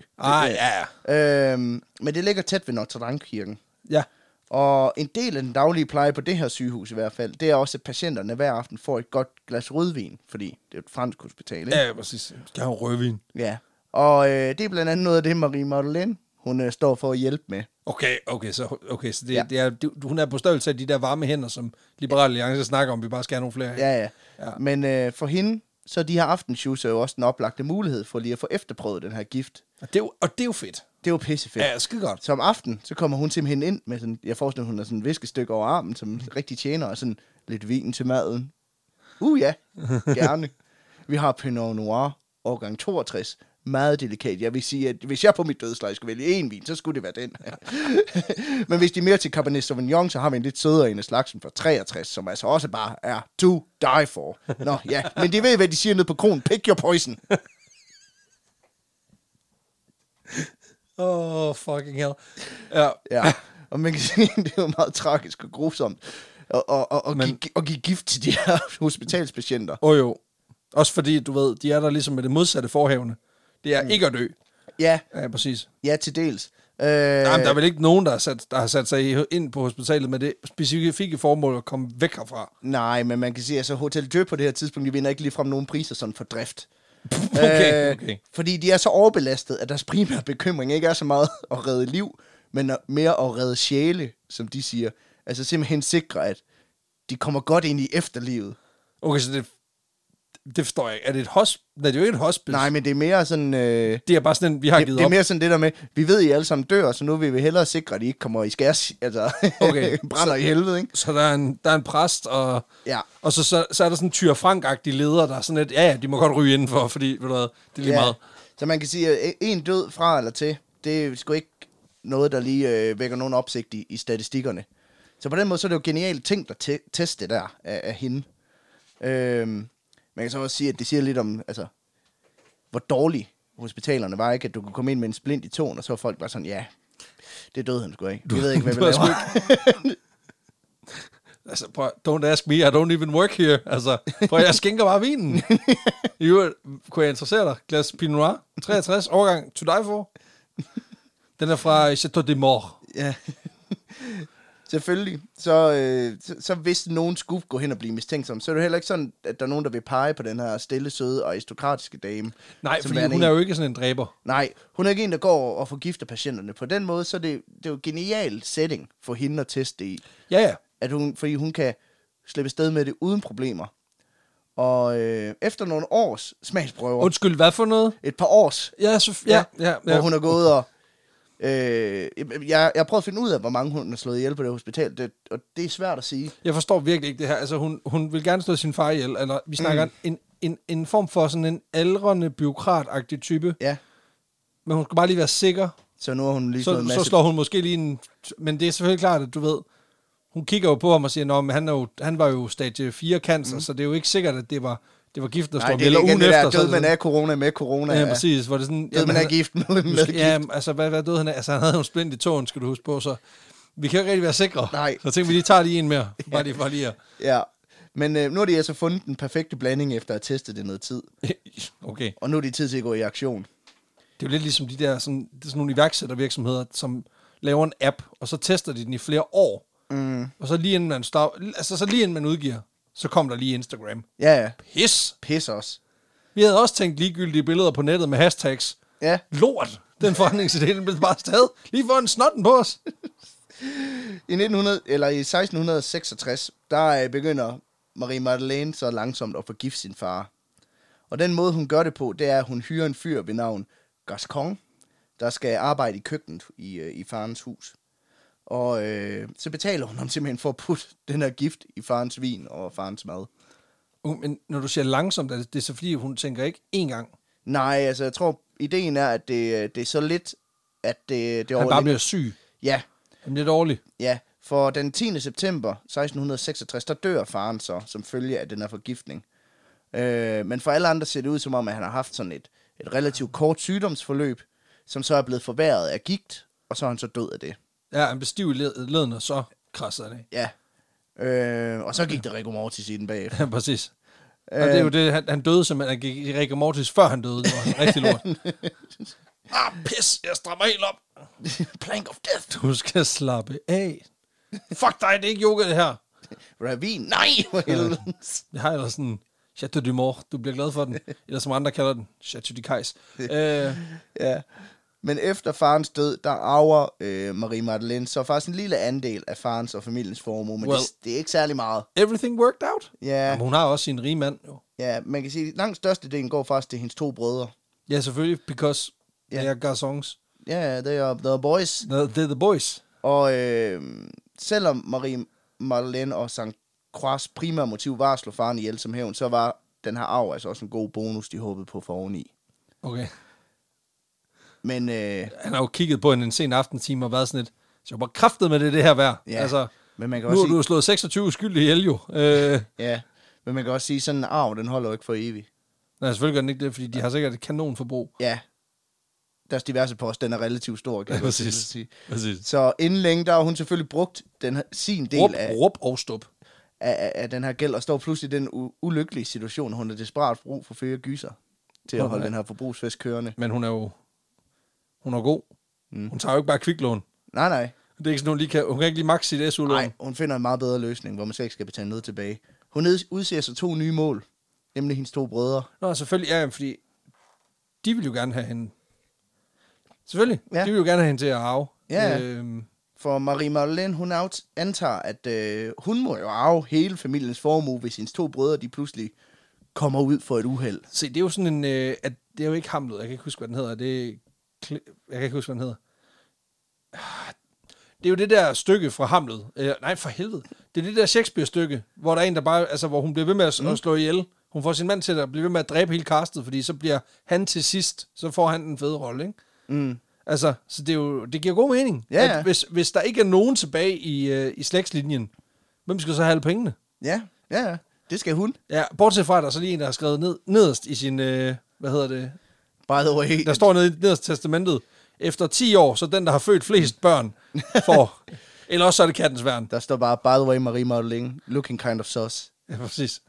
Men det ligger tæt ved Notre Dame-kirken. Ja. Og en del af den daglige pleje på det her sygehus i hvert fald, det er også, at patienterne hver aften får et godt glas rødvin, fordi det er et fransk hospital, ikke? Ja, præcis. Skal have rødvin. Ja. Og det er blandt andet noget af det, Marie Magdalene, hun står for at hjælpe med. Okay, så hun er på størrelse af de der varme hænder, som Liberal Alliance snakker om, vi bare skal have nogle flere af. Ja. Men for hende, så de her aftenshoes er jo også den oplagte mulighed for lige at få efterprøvet den her gift. Og det er jo fedt. Det er jo pissefedt. Ja, skide godt. Så om aftenen, så kommer hun simpelthen ind med sådan, jeg forestiller, hun har sådan et viskestykke over armen, som rigtig tjener, og sådan lidt vin til maden. Ja, gerne. Vi har Pinot Noir, årgang 62. Meget delikat. Jeg vil sige, at hvis jeg på mit dødsleje skulle vælge en vin, så skulle det være den. Men hvis de er mere til Cabernet Sauvignon, så har vi en lidt sødere en af slagsen fra 63, som altså også bare er to die for. Nå, ja. Men de ved, hvad de siger nede på kronen. Pick your poison. Fucking hell. Ja. Og man kan sige, det er jo meget tragisk og grusomt at give gift til de her hospitalspatienter. Jo. Også fordi, du ved, de er der ligesom med det modsatte forhævne. Det er ikke at dø. Ja. Ja, præcis. Ja, til dels. Nej, men der er vel ikke nogen, der har sat sig ind på hospitalet med det specifikke formål at komme væk herfra. Nej, men man kan sige, at altså, Hotel Dieu på det her tidspunkt, de vinder ikke ligefrem nogen priser sådan for drift. Okay. Fordi de er så overbelastet, at deres primære bekymring ikke er så meget at redde liv, men mere at redde sjæle, som de siger. Altså simpelthen sikre, at de kommer godt ind i efterlivet. Okay, så det forstår jeg ikke. Er det et hospice? Nej, det er jo ikke et hospice. Nej, men det er mere sådan... det er bare sådan, vi har givet op. Det er mere sådan det der med, vi ved, I alle sammen dør, så nu vil vi hellere sikre, at I ikke kommer i skærs, altså brænder i helvede, ikke? Så der er en præst, og så er der sådan en Tyre Frank-agtig leder, der er sådan lidt, de må godt ryge indenfor, fordi, ved du hvad, det er lige meget. Så man kan sige, at en død fra eller til, det er sgu ikke noget, der lige vækker nogen opsigt i statistikkerne. Så på den måde, så er det jo genialt tænkt at teste der af hende. Man kan så også sige, at det siger lidt om, altså, hvor dårlige hospitalerne var, ikke? At du kunne komme ind med en splint i tåen, og så var folk bare sådan, det døde han sgu ikke. Vi ved ikke, hvad vi laver. Altså, don't ask me, I don't even work here. Altså, jeg skænker bare vinen. Kunne jeg interessere dig? Glas Pinot Noir, 63, årgang to die for. Den er fra Chateau de Mort. Ja. Selvfølgelig. Så hvis nogen skulle gå hen og blive mistænksom, så er det heller ikke sådan, at der er nogen, der vil pege på den her stille, søde og aristokratiske dame. Nej, fordi hun er jo ikke sådan en dræber. Nej, hun er ikke en, der går og forgifter patienterne. På den måde, så er det jo en genial setting for hende at teste i. Ja. Fordi hun kan slippe sted med det uden problemer. Og efter nogle års smagsprøver... Undskyld, hvad for noget? Et par års. Ja. Hvor hun er gået og... jeg har prøvet at finde ud af, hvor mange hun har slået ihjel på det hospital, og det er svært at sige. Jeg forstår virkelig ikke det her. Altså, hun vil gerne slå sin far ihjel, eller vi snakker en form for sådan en aldrende, bureaukrat-agtig type. Ja. Men hun skal bare lige være sikker. Så nu har hun lige slået en masse... Så slår hun måske lige en... Men det er selvfølgelig klart, at du ved... Hun kigger jo på ham og siger, men han var jo stadie 4 cancer, så det er jo ikke sikkert, at det var gift, der står eller ugen efter. Død man af corona med corona. Ja, præcis. Hvor det sådan, død man af gift med gift. Ja, altså hvad døde han af? Altså han havde jo splint i tåen, skal du huske på, så vi kan jo ikke rigtig være sikre. Nej. Så tænker vi lige tager lige en mere. Bare lige. Ja, men nu har de altså fundet den perfekte blanding efter at have testet det noget tid. Okay. Og nu er de tid til at gå i aktion. Det er jo lidt ligesom de der sådan nogle iværksættervirksomheder, som laver en app, og så tester de den i flere år. Og så lige inden man udgiver, så kommer der lige Instagram. Ja. Pis også. Vi havde også tænkt ligegyldige billeder på nettet med hashtags. Ja. Lort. Den forretningsidé, den blev bare stadig lige for en snotten på os. I 1666, der begynder Marie Madeleine så langsomt at forgifte sin far. Og den måde, hun gør det på, det er, at hun hyrer en fyr ved navn Gascon, der skal arbejde i køkkenet i farens hus. Og så betaler hun ham simpelthen for at putte den her gift i farens vin og farens mad. Men når du siger langsomt, er det så fordi, hun tænker ikke én gang? Nej, altså jeg tror, ideen er, at det er så lidt, at det han bare bliver syg? Ja. Han bliver dårlig? Ja, for den 10. september 1666, der dør faren så, som følge af den her forgiftning. Men for alle andre ser det ud som om, at han har haft sådan et relativt kort sygdomsforløb, som så er blevet forværret af gigt, og så er han så død af det. Ja, han blev stiv i leden, og så krassede det. Ja. Og så gik der rigor mortis i den bagefter. Ja, præcis. Og det er jo det, han døde simpelthen. Han gik i rigor mortis, før han døde. Det var rigtig lort. Pis, jeg strammer helt op. Plank of death. Du skal slappe af. Fuck dig, det er ikke yoga, det her. Ravin, nej, for helvede. Jeg har ellers sådan Chateau du Mort. Du bliver glad for den. Eller som andre kalder den, Chateau du Kais. Ja. Men efter farens død, der arver Marie Madeleine så faktisk en lille andel af farens og familiens formue, men det er ikke særlig meget. Everything worked out? Ja. Jamen, hun har også sin rige mand, jo. Ja, man kan sige, at langt størstedelen går faktisk til hendes 2 brødre. Ja, selvfølgelig, because they are garçons. Ja, they are boys. They're the boys. Og selvom Marie Madeleine og St. Croix primære motiv var at slå faren ihjel som hævn, så var den her arv altså også en god bonus, de håbede på for oveni. Okay. Men han har jo kigget på en sen aftentime og været sådan lidt, så jeg var kraftet med det her værd. Ja, altså, men man kan nu også har du slået 26 skyldige ihjel jo. Ja, men man kan også sige, sådan en arv, den holder jo ikke for evigt. Nej, selvfølgelig gør den ikke det, fordi de har sikkert et kanonforbrug. Ja, deres diverse post, den er relativt stor, kan jeg sige. Præcis. Så inden længe, der har hun selvfølgelig brugt sin del af den her gæld, og står pludselig i den ulykkelige situation, hun er desperat brug for flere gyser til at holde den her forbrugsfest kørende. Men hun er god. Hun tager jo ikke bare kviklån. Nej. Det er ikke sådan, hun kan ikke lige max sit SU-lån. Nej, hun finder en meget bedre løsning, hvor man slet ikke skal betale noget tilbage. Hun udser sig 2 nye mål, nemlig hendes 2 brødre. Nå, selvfølgelig, ja, fordi de vil jo gerne have hende. Selvfølgelig, de vil jo gerne have hende til at arve. Ja, for Marie Madeleine, hun antager, at hun må jo arve hele familiens formue, hvis hendes 2 brødre, de pludselig kommer ud for et uheld. Se, det er jo sådan en, at det er jo ikke Hamlet, jeg kan ikke huske, hvad den hedder. Jeg kan ikke huske, hvad den hedder. Det er jo det der stykke fra Hamlet. Nej, for helvede. Det er det der Shakespeare-stykke, hvor der er en, der bare, altså, hvor hun bliver ved med at slå ihjel. Hun får sin mand til at blive ved med at dræbe hele castet, fordi så bliver han til sidst, så får han den fede rolle, ikke? Altså, så det giver god mening. Ja. At hvis der ikke er nogen tilbage i slægtslinjen, hvem skal så have alle pengene? Ja, det skal hun. Ja, bortset fra, at der er så lige en, der har skrevet nederst i sin, hvad hedder det? By the way. Der står nederst i testamentet, efter 10 år, så den, der har født flest børn, får, eller også så er det kattens værn. Der står bare, by the way, Marie Madeleine, looking kind of sus. Ja, præcis.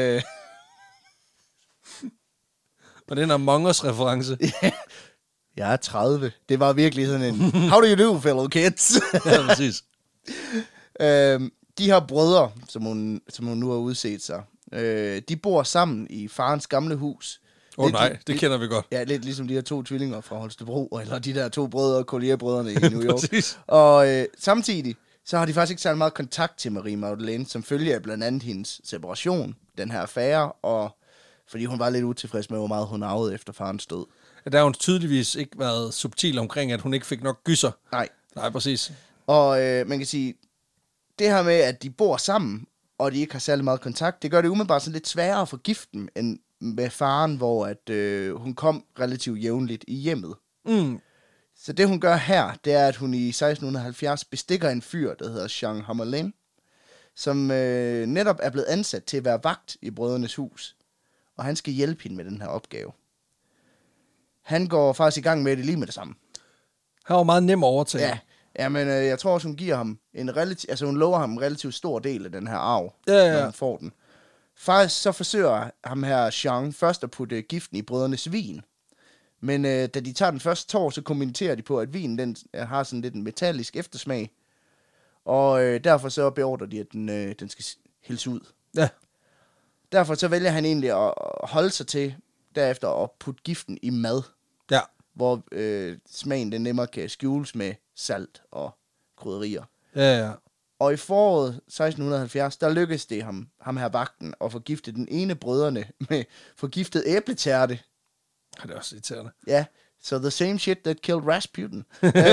Og det er en Among Us-reference. Jeg er 30. Det var virkelig sådan en, how do you do, fellow kids? Ja, præcis. De her brødre, som hun nu har udset sig, de bor sammen i farens gamle hus. Nej, det kender vi godt. Ja, lidt ligesom de her 2 tvillinger fra Holstebro, eller de der 2 brødre, Collier-brødrene i New York. Og samtidig, så har de faktisk ikke særlig meget kontakt til Marie Magdalene, som følger af blandt andet hendes separation, den her affære, og fordi hun var lidt utilfreds med, hvor meget hun arvede efter farens død. Der har hun tydeligvis ikke været subtil omkring, at hun ikke fik nok gyser. Nej, præcis. Og man kan sige, det her med, at de bor sammen, og de ikke har særlig meget kontakt, det gør det umiddelbart sådan lidt sværere for giften, end med faren, hvor at, hun kom relativt jævnligt i hjemmet. Så det, hun gør her, det er, at hun i 1670 bestikker en fyr, der hedder Jean Hamelin, som netop er blevet ansat til at være vagt i brødrenes hus. Og han skal hjælpe hende med den her opgave. Han går faktisk i gang med det lige med det samme. Han var meget nem at overtage. Ja, men jeg tror også, hun giver ham hun lover ham en relativt stor del af den her arv, når han får den. Faktisk så forsøger ham her Jean først at putte giften i brødrenes vin. Men da de tager den første tår, så kommenterer de på, at vinen den har sådan lidt en metallisk eftersmag. Og derfor så beordrer de, at den skal hældes ud. Ja. Derfor så vælger han egentlig at holde sig til derefter at putte giften i mad. Ja. Hvor smagen den nemmere kan skjules med salt og krydderier. Ja. Og i foråret 1670, der lykkedes det ham her vagten at forgifte den ene brødrene med forgiftet æbletærte. Det er også irriterende. Ja, so the same shit that killed Rasputin.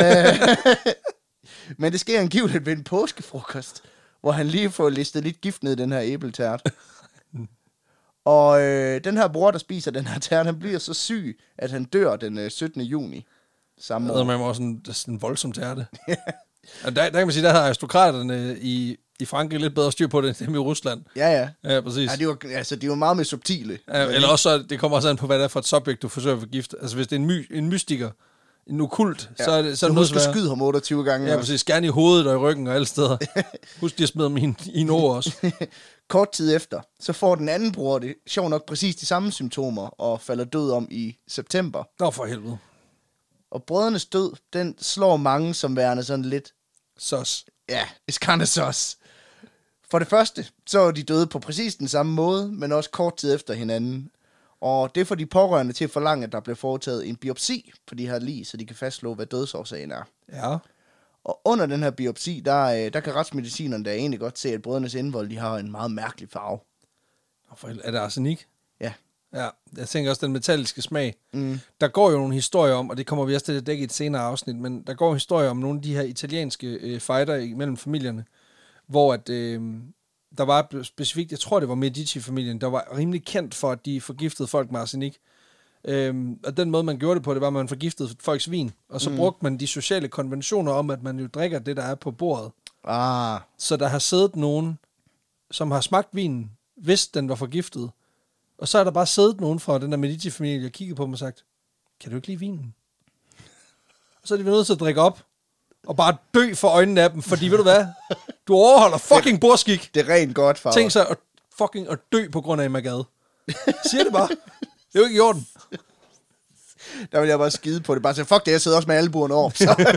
Men det sker angiveligt ved en påskefrokost, hvor han lige får listet lidt gift ned i den her æbletært. Og den her bror, der spiser den her tært, han bliver så syg, at han dør den 17. juni samme år. Man var sådan en voldsom tærte. Og der kan man sige, der har aristokraterne i Frankrig lidt bedre styr på det, end i Rusland. Ja. Ja, præcis. Ja, de var meget mere subtile. Ja, eller også, det kommer også an på, hvad det er for et subjekt, du forsøger at forgifte. Altså, hvis det er en mystiker, en okkult, så er det så noget svært. Husk at skyde ham 28 gange. Ja, præcis. Gerne i hovedet og i ryggen og alle steder. Husk, de har smidt dem i en år også. Kort tid efter, så får den anden bror det sjovt nok præcis de samme symptomer, og falder død om i september. Nå, for helvede. Og brødrenes død, den slår mange som værende sådan lidt... Sos. Ja, it's kind of sus. For det første, så er de døde på præcis den samme måde, men også kort tid efter hinanden. Og det får de pårørende til at forlange, at der bliver foretaget en biopsi på de her lig, så de kan fastslå, hvad dødsårsagen er. Ja. Og under den her biopsi, der kan retsmedicinerne da egentlig godt se, at brødrenes indvold, de har en meget mærkelig farve. Er det arsenik? Ja. Ja, jeg tænker også den metalliske smag. Der går jo nogle historier om, og det kommer vi også til at dække i et senere afsnit, men der går historier om nogle af de her italienske fighter mellem familierne, hvor at, der var specifikt, jeg tror det var Medici-familien, der var rimelig kendt for, at de forgiftede folk med arsenik. Og den måde, man gjorde det på, det var, at man forgiftede folks vin, og så brugte man de sociale konventioner om, at man jo drikker det, der er på bordet. Så der har siddet nogen, som har smagt vinen, hvis den var forgiftet, og så er der bare siddet nogen fra den der Medici-familie og kigget på dem og sagt, kan du ikke lide vinen? Og så er de nødt til at drikke op, og bare dø for øjnene af dem, fordi ved du hvad? Du overholder fucking bordskik. Det er rent godt, far. Tænk sig at dø på grund af magade. Siger det bare. Det er jo ikke i orden. Der vil jeg bare skide på det. Bare sige, fuck det, jeg sidder også med albuerne over.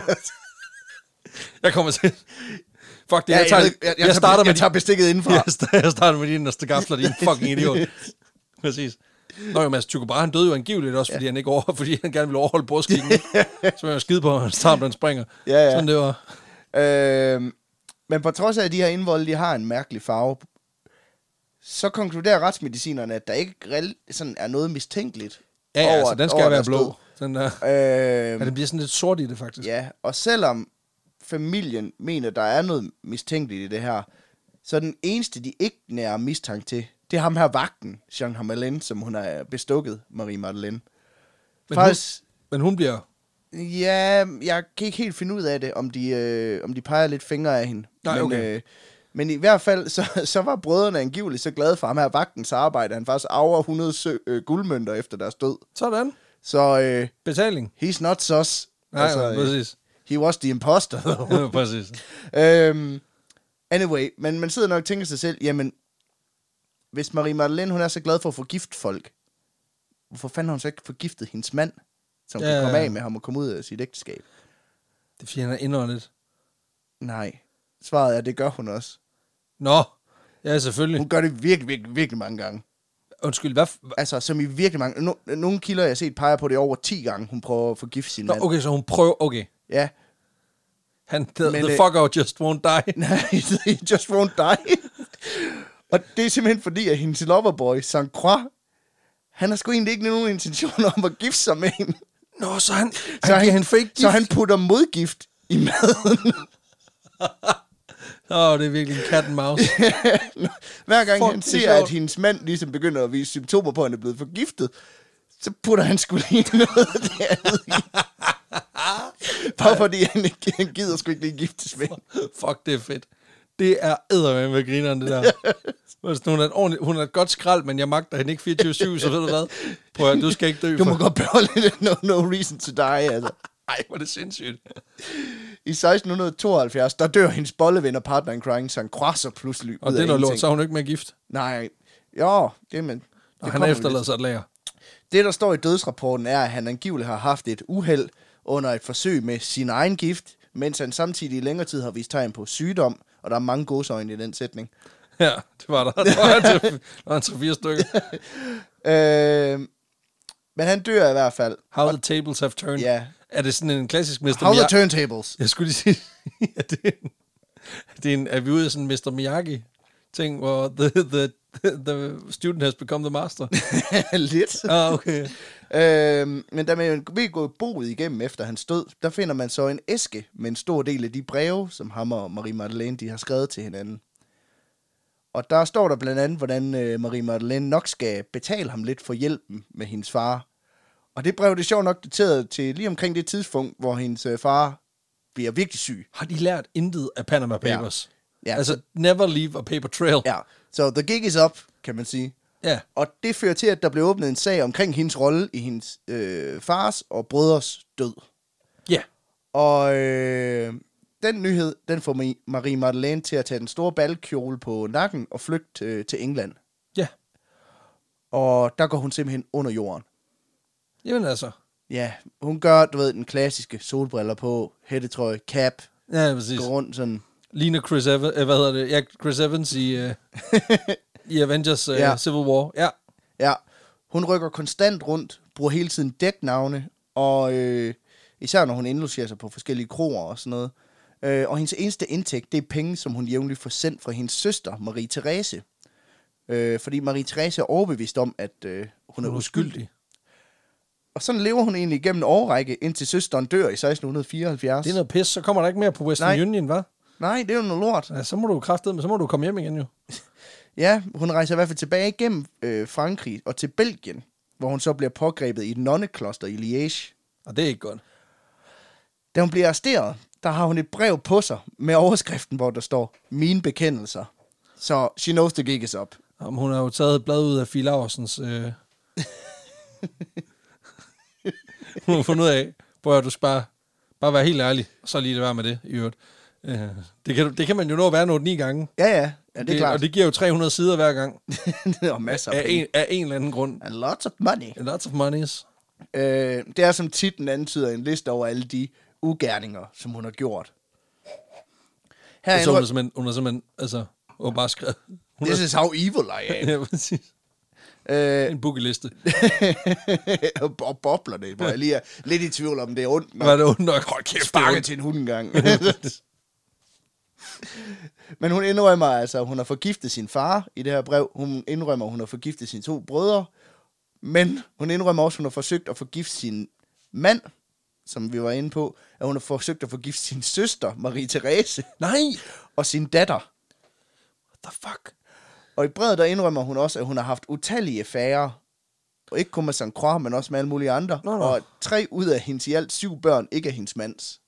Jeg kommer til... Fuck det, jeg tager bestikket indenfor. Jeg starter med dine næste gafler, din fucking idiot. Præcis. Nå jo, Mads Tycho Brahe, han døde jo angiveligt også, fordi fordi han gerne ville overholde bordskikken. Så man jo skide på, at hans tarm, den springer. Ja. Sådan det var. Men på trods af, at de her indvolde, de har en mærkelig farve, så konkluderer retsmedicinerne, at der ikke sådan er noget mistænkeligt. Ja, altså, den skal være blå. Den der, den bliver sådan lidt sort i det, faktisk. Ja, og selvom familien mener, der er noget mistænkeligt i det her, så den eneste, de ikke nærer mistanke til, det er ham her vagten, Jean Hamelin, som hun har bestukket, Marie Madeleine. Men hun bliver... Ja, jeg kan ikke helt finde ud af det, om de peger lidt fingre af hende. Nej, men, okay. Men i hvert fald, så var brødrene angiveligt så glade for ham her vagtens arbejde, han faktisk arver 100 guldmønter efter deres død. Sådan. Så betaling. He's not sus. Nej, altså, præcis. He was the imposter. Ja, præcis. Anyway, men man sidder nok og tænker sig selv, jamen, hvis Marie Madeleine, hun er så glad for at forgifte folk, hvorfor fanden har hun så ikke forgiftet hendes mand, som kan komme af med ham og komme ud af sit ægteskab? Det er fordi, han er indåndet. Nej. Svaret er, det gør hun også. Nå, ja, selvfølgelig. Hun gør det virkelig, virkelig, virkelig mange gange. Undskyld, hvad? Altså, som i virkelig mange... Nogle kilder, jeg har set, peger på det over 10 gange, hun prøver at forgifte sin mand. Okay, så hun prøver... Okay. Ja. The fucker just won't die. Nej, he just won't die. Og det er simpelthen fordi, at hendes loverboy, St. Croix, han har sgu egentlig ikke nogen intention om at gifte sig med hende. Nå, så han giver hende fake gift. Så han putter modgift i maden. Det er virkelig en cat and mouse. Hver gang han ser, at hendes mand ligesom begynder at vise symptomer på, at han er blevet forgiftet, så putter han sgu lige noget dernede i. Bare fordi han gider sgu ikke lige giftes med. Fuck, det er fedt. Det er eddermame med grineren, det der. Hun er et godt skrald, men jeg magter hende ikke 24/7, så ved du hvad? Prøv at, du skal ikke dø. Du må godt beholde det. No reason to die, altså. Ej, hvor er det sindssygt. I 1672, der dør hendes bolleven og partner in crime, St. Croix, så pludselig. Og det er noget lort, så er hun ikke mere gift. Nej, jo, det men... Og han har efterladet sig et lager. Det, der står i dødsrapporten, er, at han angiveligt har haft et uheld under et forsøg med sin egen gift, mens han samtidig i længere tid har vist tegn på sygdom, og der er mange godsøjne i den sætning. Ja, det var der. Der var en 3-4 stykker. Men han dør i hvert fald. How the tables have turned. Ja. Er det sådan en klassisk Mr. Miyagi? How the turntables. Jeg skulle lige sige, er vi ude i sådan en Mr. Miyagi-ting, hvor the student has become the master? Lidt. Okay. Men da man ved gået boet igennem efter hans død, der finder man så en æske med en stor del af de breve, som ham og Marie Madeleine de har skrevet til hinanden. Og der står der blandt andet, hvordan Marie Madeleine nok skal betale ham lidt for hjælpen med hendes far. Og det brev, det er sjovt nok dateret til lige omkring det tidspunkt, hvor hendes far bliver virkelig syg. Har de lært intet af Panama Papers? Ja. Altså, never leave a paper trail. Ja, så the gig is up, kan man sige. Ja. Og det fører til, at der blev åbnet en sag omkring hendes rolle i hendes fars og brødres død. Ja. Og den nyhed, den får Marie Madeleine til at tage den store balkjole på nakken og flygte til England. Ja. Og der går hun simpelthen under jorden. Jamen altså. Ja, hun gør, du ved, den klassiske solbriller på, hættetrøje, cap. Ja, præcis. Går rundt sådan. Ligner Chris Evans, Ja, Chris Evans i Avengers Civil War. Ja. Ja, hun rykker konstant rundt, bruger hele tiden dæknavne, og især når hun indlogerer sig på forskellige kroer og sådan noget. Og hendes eneste indtægt, det er penge, som hun jævnligt får sendt fra hendes søster, Marie Therese. Fordi Marie Therese er overbevist om, at hun er uskyldig. Og sådan lever hun egentlig igennem en årrække, indtil søsteren dør i 1674. Det er noget pis, så kommer der ikke mere på Western Union, hva'? Nej, det er jo noget lort. Ja, så må du komme hjem igen jo. Ja, hun rejser i hvert fald tilbage igennem Frankrig og til Belgien, hvor hun så bliver pågrebet i et nonnekloster i Liège. Og det er ikke godt. Da hun bliver arresteret, der har hun et brev på sig med overskriften, hvor der står, mine bekendelser. Så she knows the gig is up. Hun har jo taget et blad ud af Fie Laursens... Hun har fundet ud af, at du skal bare være helt ærlig, og så lige det være med det i øvrigt. Det kan man jo nå at være 8-9 gange. Ja, det er klart. Og det giver jo 300 sider hver gang. Det er masser af en eller anden grund. And lots of money. And lots of monies. Det er som titlen antyder en liste over alle de ugerninger, som hun har gjort. Her så hun er simpelthen, altså, hun bare skrevet. This is how evil I am. Ja, præcis. En boogie-liste. Og bobler det, hvor jeg lige er lidt i tvivl om, det er ondt nok. Var det ondt nok? Hold kæft, sparke til en hund engang. Men hun indrømmer altså, at hun har forgiftet sin far i det her brev. Hun indrømmer, at hun har forgiftet sine 2 brødre. Men hun indrømmer også, at hun har forsøgt at forgifte sin mand, som vi var inde på. At hun har forsøgt at forgifte sin søster, Marie Therese. Nej! Og sin datter. What the fuck? Og i brevet, der indrømmer hun også, at hun har haft utallige affærer. Og ikke kun med St. Croix, men også med alle mulige andre. Nå. Og 3 ud af hendes i alt 7 børn ikke er hendes mands.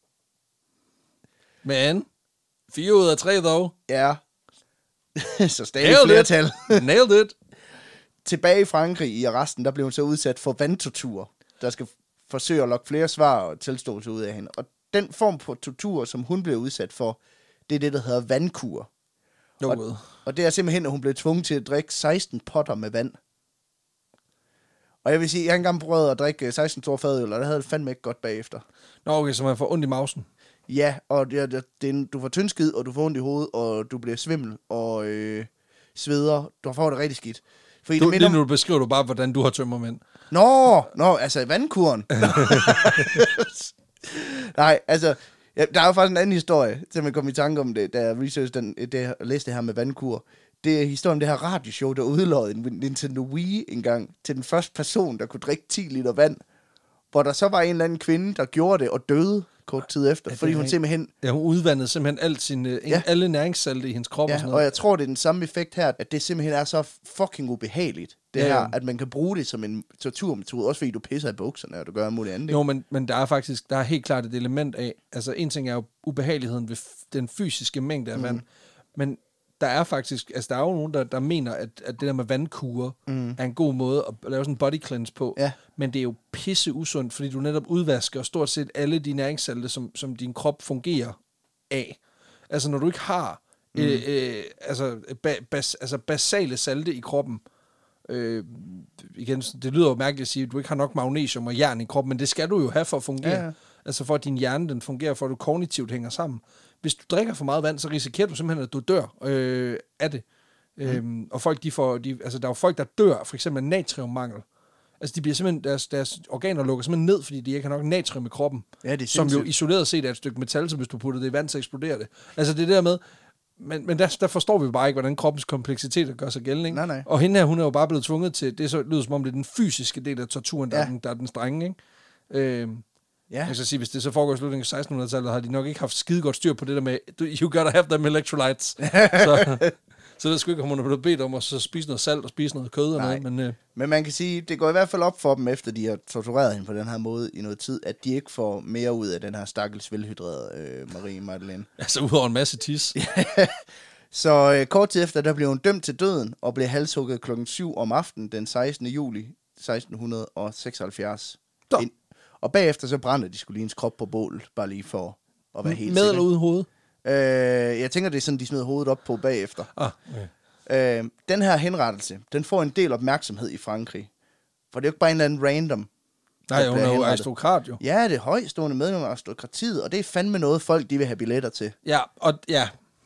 Men 4 ud af 3 dog. Ja. Så stadig flertal. Nailed it. Tilbage i Frankrig i arresten, der blev hun så udsat for vandtortur, der skal forsøge at lokke flere svar og tilståelse ud af hende. Og den form for tortur, som hun blev udsat for, det er det, der hedder vandkur. Og det er simpelthen, at hun blev tvunget til at drikke 16 potter med vand. Og jeg vil sige, jeg har engang prøvet at drikke 16 store fadøl, og der havde det fandme ikke godt bagefter. Nå, okay, så man får ondt i mausen. Ja, og du får tyndskid, og du får ondt i hovedet, og du bliver svimmel, og sveder. Du får det rigtig skidt. Fordi Lige nu beskriver du bare, hvordan du har tømmermænd. Nå, altså i vandkuren. Nej, altså, der er jo faktisk en anden historie, til man kom i tanke om det, da jeg læste det her med vandkur. Det er historien om det her radioshow, der udløjede en Nintendo Wii engang til den første person, der kunne drikke 10 liter vand, hvor der så var en eller anden kvinde, der gjorde det og døde kort tid efter, fordi hun simpelthen... Ja, hun udvandede simpelthen alle næringssalte i hendes krop og sådan noget. Og jeg tror, det er den samme effekt her, at det simpelthen er så fucking ubehageligt, det her, at man kan bruge det som en torturmetode, også fordi du pisser i bukserne, og du gør muligt andet. Jo, men der er helt klart et element af, altså en ting er jo ubehageligheden ved den fysiske mængde af vand, men der er faktisk, altså der er jo nogen, der mener, at det der med vandkure er en god måde at lave sådan en body cleanse på, men det er jo pisse usundt, fordi du netop udvasker stort set alle de næringssalte, som din krop fungerer af. Altså når du ikke har basale salte i kroppen, igen, det lyder jo mærkeligt at sige, at du ikke har nok magnesium og jern i kroppen, men det skal du jo have for at fungere. Ja. Altså for at din hjerne den fungerer, for at du kognitivt hænger sammen. Hvis du drikker for meget vand, så risikerer du simpelthen, at du dør af det. Og folk, altså der er jo folk, der dør, for eksempel af natriummangel. Altså de bliver simpelthen, deres organer lukker simpelthen ned, fordi de ikke har nok natrium i kroppen. Ja, det er som jo isoleret set er et stykke metal, så hvis du putter det i vand, så eksploderer det. Altså det der med, men der forstår vi jo bare ikke, hvordan kroppens kompleksitet gør sig gældende. Ikke? Nej. Og hende her, hun er jo bare blevet tvunget til, det så lyder som om det er den fysiske del af torturen, der er den strenge, ikke? Jeg kan så sige, hvis det så foregår i slutningen af 1600-tallet, har de nok ikke haft skide godt styr på det der med, you gotta have them electrolytes. Så det skulle ikke, om hun er blevet bedt om at så spise noget salt og spise noget kød og noget. Men man kan sige, det går i hvert fald op for dem, efter de har tortureret hende på den her måde i noget tid, at de ikke får mere ud af den her stakkels velhydrerede Marie Madeleine. Altså udover en masse tis. Så kort tid efter, der blev hun dømt til døden og blev halshugget klokken 7 om aftenen den 16. juli 1676. Og bagefter så brændte de skulle lige hendes krop på bålet, bare lige for at være helt med eller uden hoved? Jeg tænker, det er sådan, de smider hovedet op på bagefter. Okay. Den her henrettelse, den får en del opmærksomhed i Frankrig. For det er jo ikke bare en eller anden random. Nej, hun er jo aristokrat jo. Ja, det er højstående medlem af aristokratiet, og det er fandme noget, folk de vil have billetter til. Ja, og ja.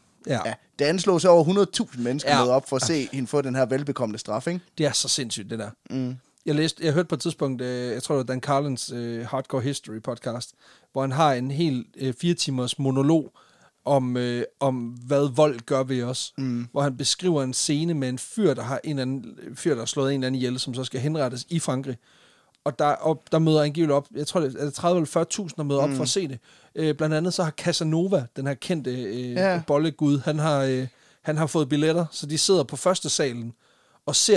Det anslås over 100.000 mennesker med op for at se hende få den her velbekommende straf, ikke? Det er så sindssygt, det der. Jeg hørte på et tidspunkt, jeg tror det var Dan Carlins Hardcore History podcast, hvor han har en hel 4 timers monolog om hvad vold gør ved os. Hvor han beskriver en scene med en fyr, der har har slået en eller anden ihjel, som så skal henrettes i Frankrig. Og der møder angiveligt op, jeg tror det er 30 eller 40.000, der møder op for at se det. Blandt andet så har Casanova, den her kendte bollegud, han har fået billetter, så de sidder på første salen og ser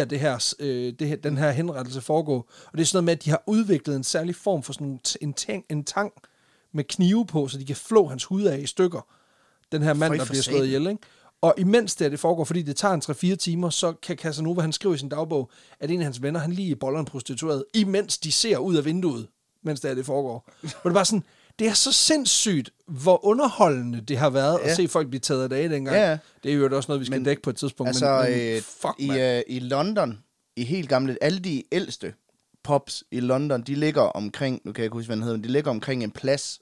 den her henrettelse foregå. Og det er sådan noget med, at de har udviklet en særlig form for sådan en tang med knive på, så de kan flå hans hud af i stykker. Den her mand, der bliver slået ihjel, ikke? Og imens det foregår, fordi det tager en 3-4 timer, så kan Casanova, han skriver i sin dagbog, at en af hans venner, han lige boller en prostitueret, imens de ser ud af vinduet, mens det foregår. Og det er bare sådan, det er så sindssygt, hvor underholdende det har været at se folk blive taget af dage dengang. Ja. Det er jo også noget, vi skal dække på et tidspunkt. Altså, i London, i helt gamle, alle de ældste pubs i London, de ligger omkring, nu kan jeg ikke huske, hvad den hedder, de ligger omkring en plads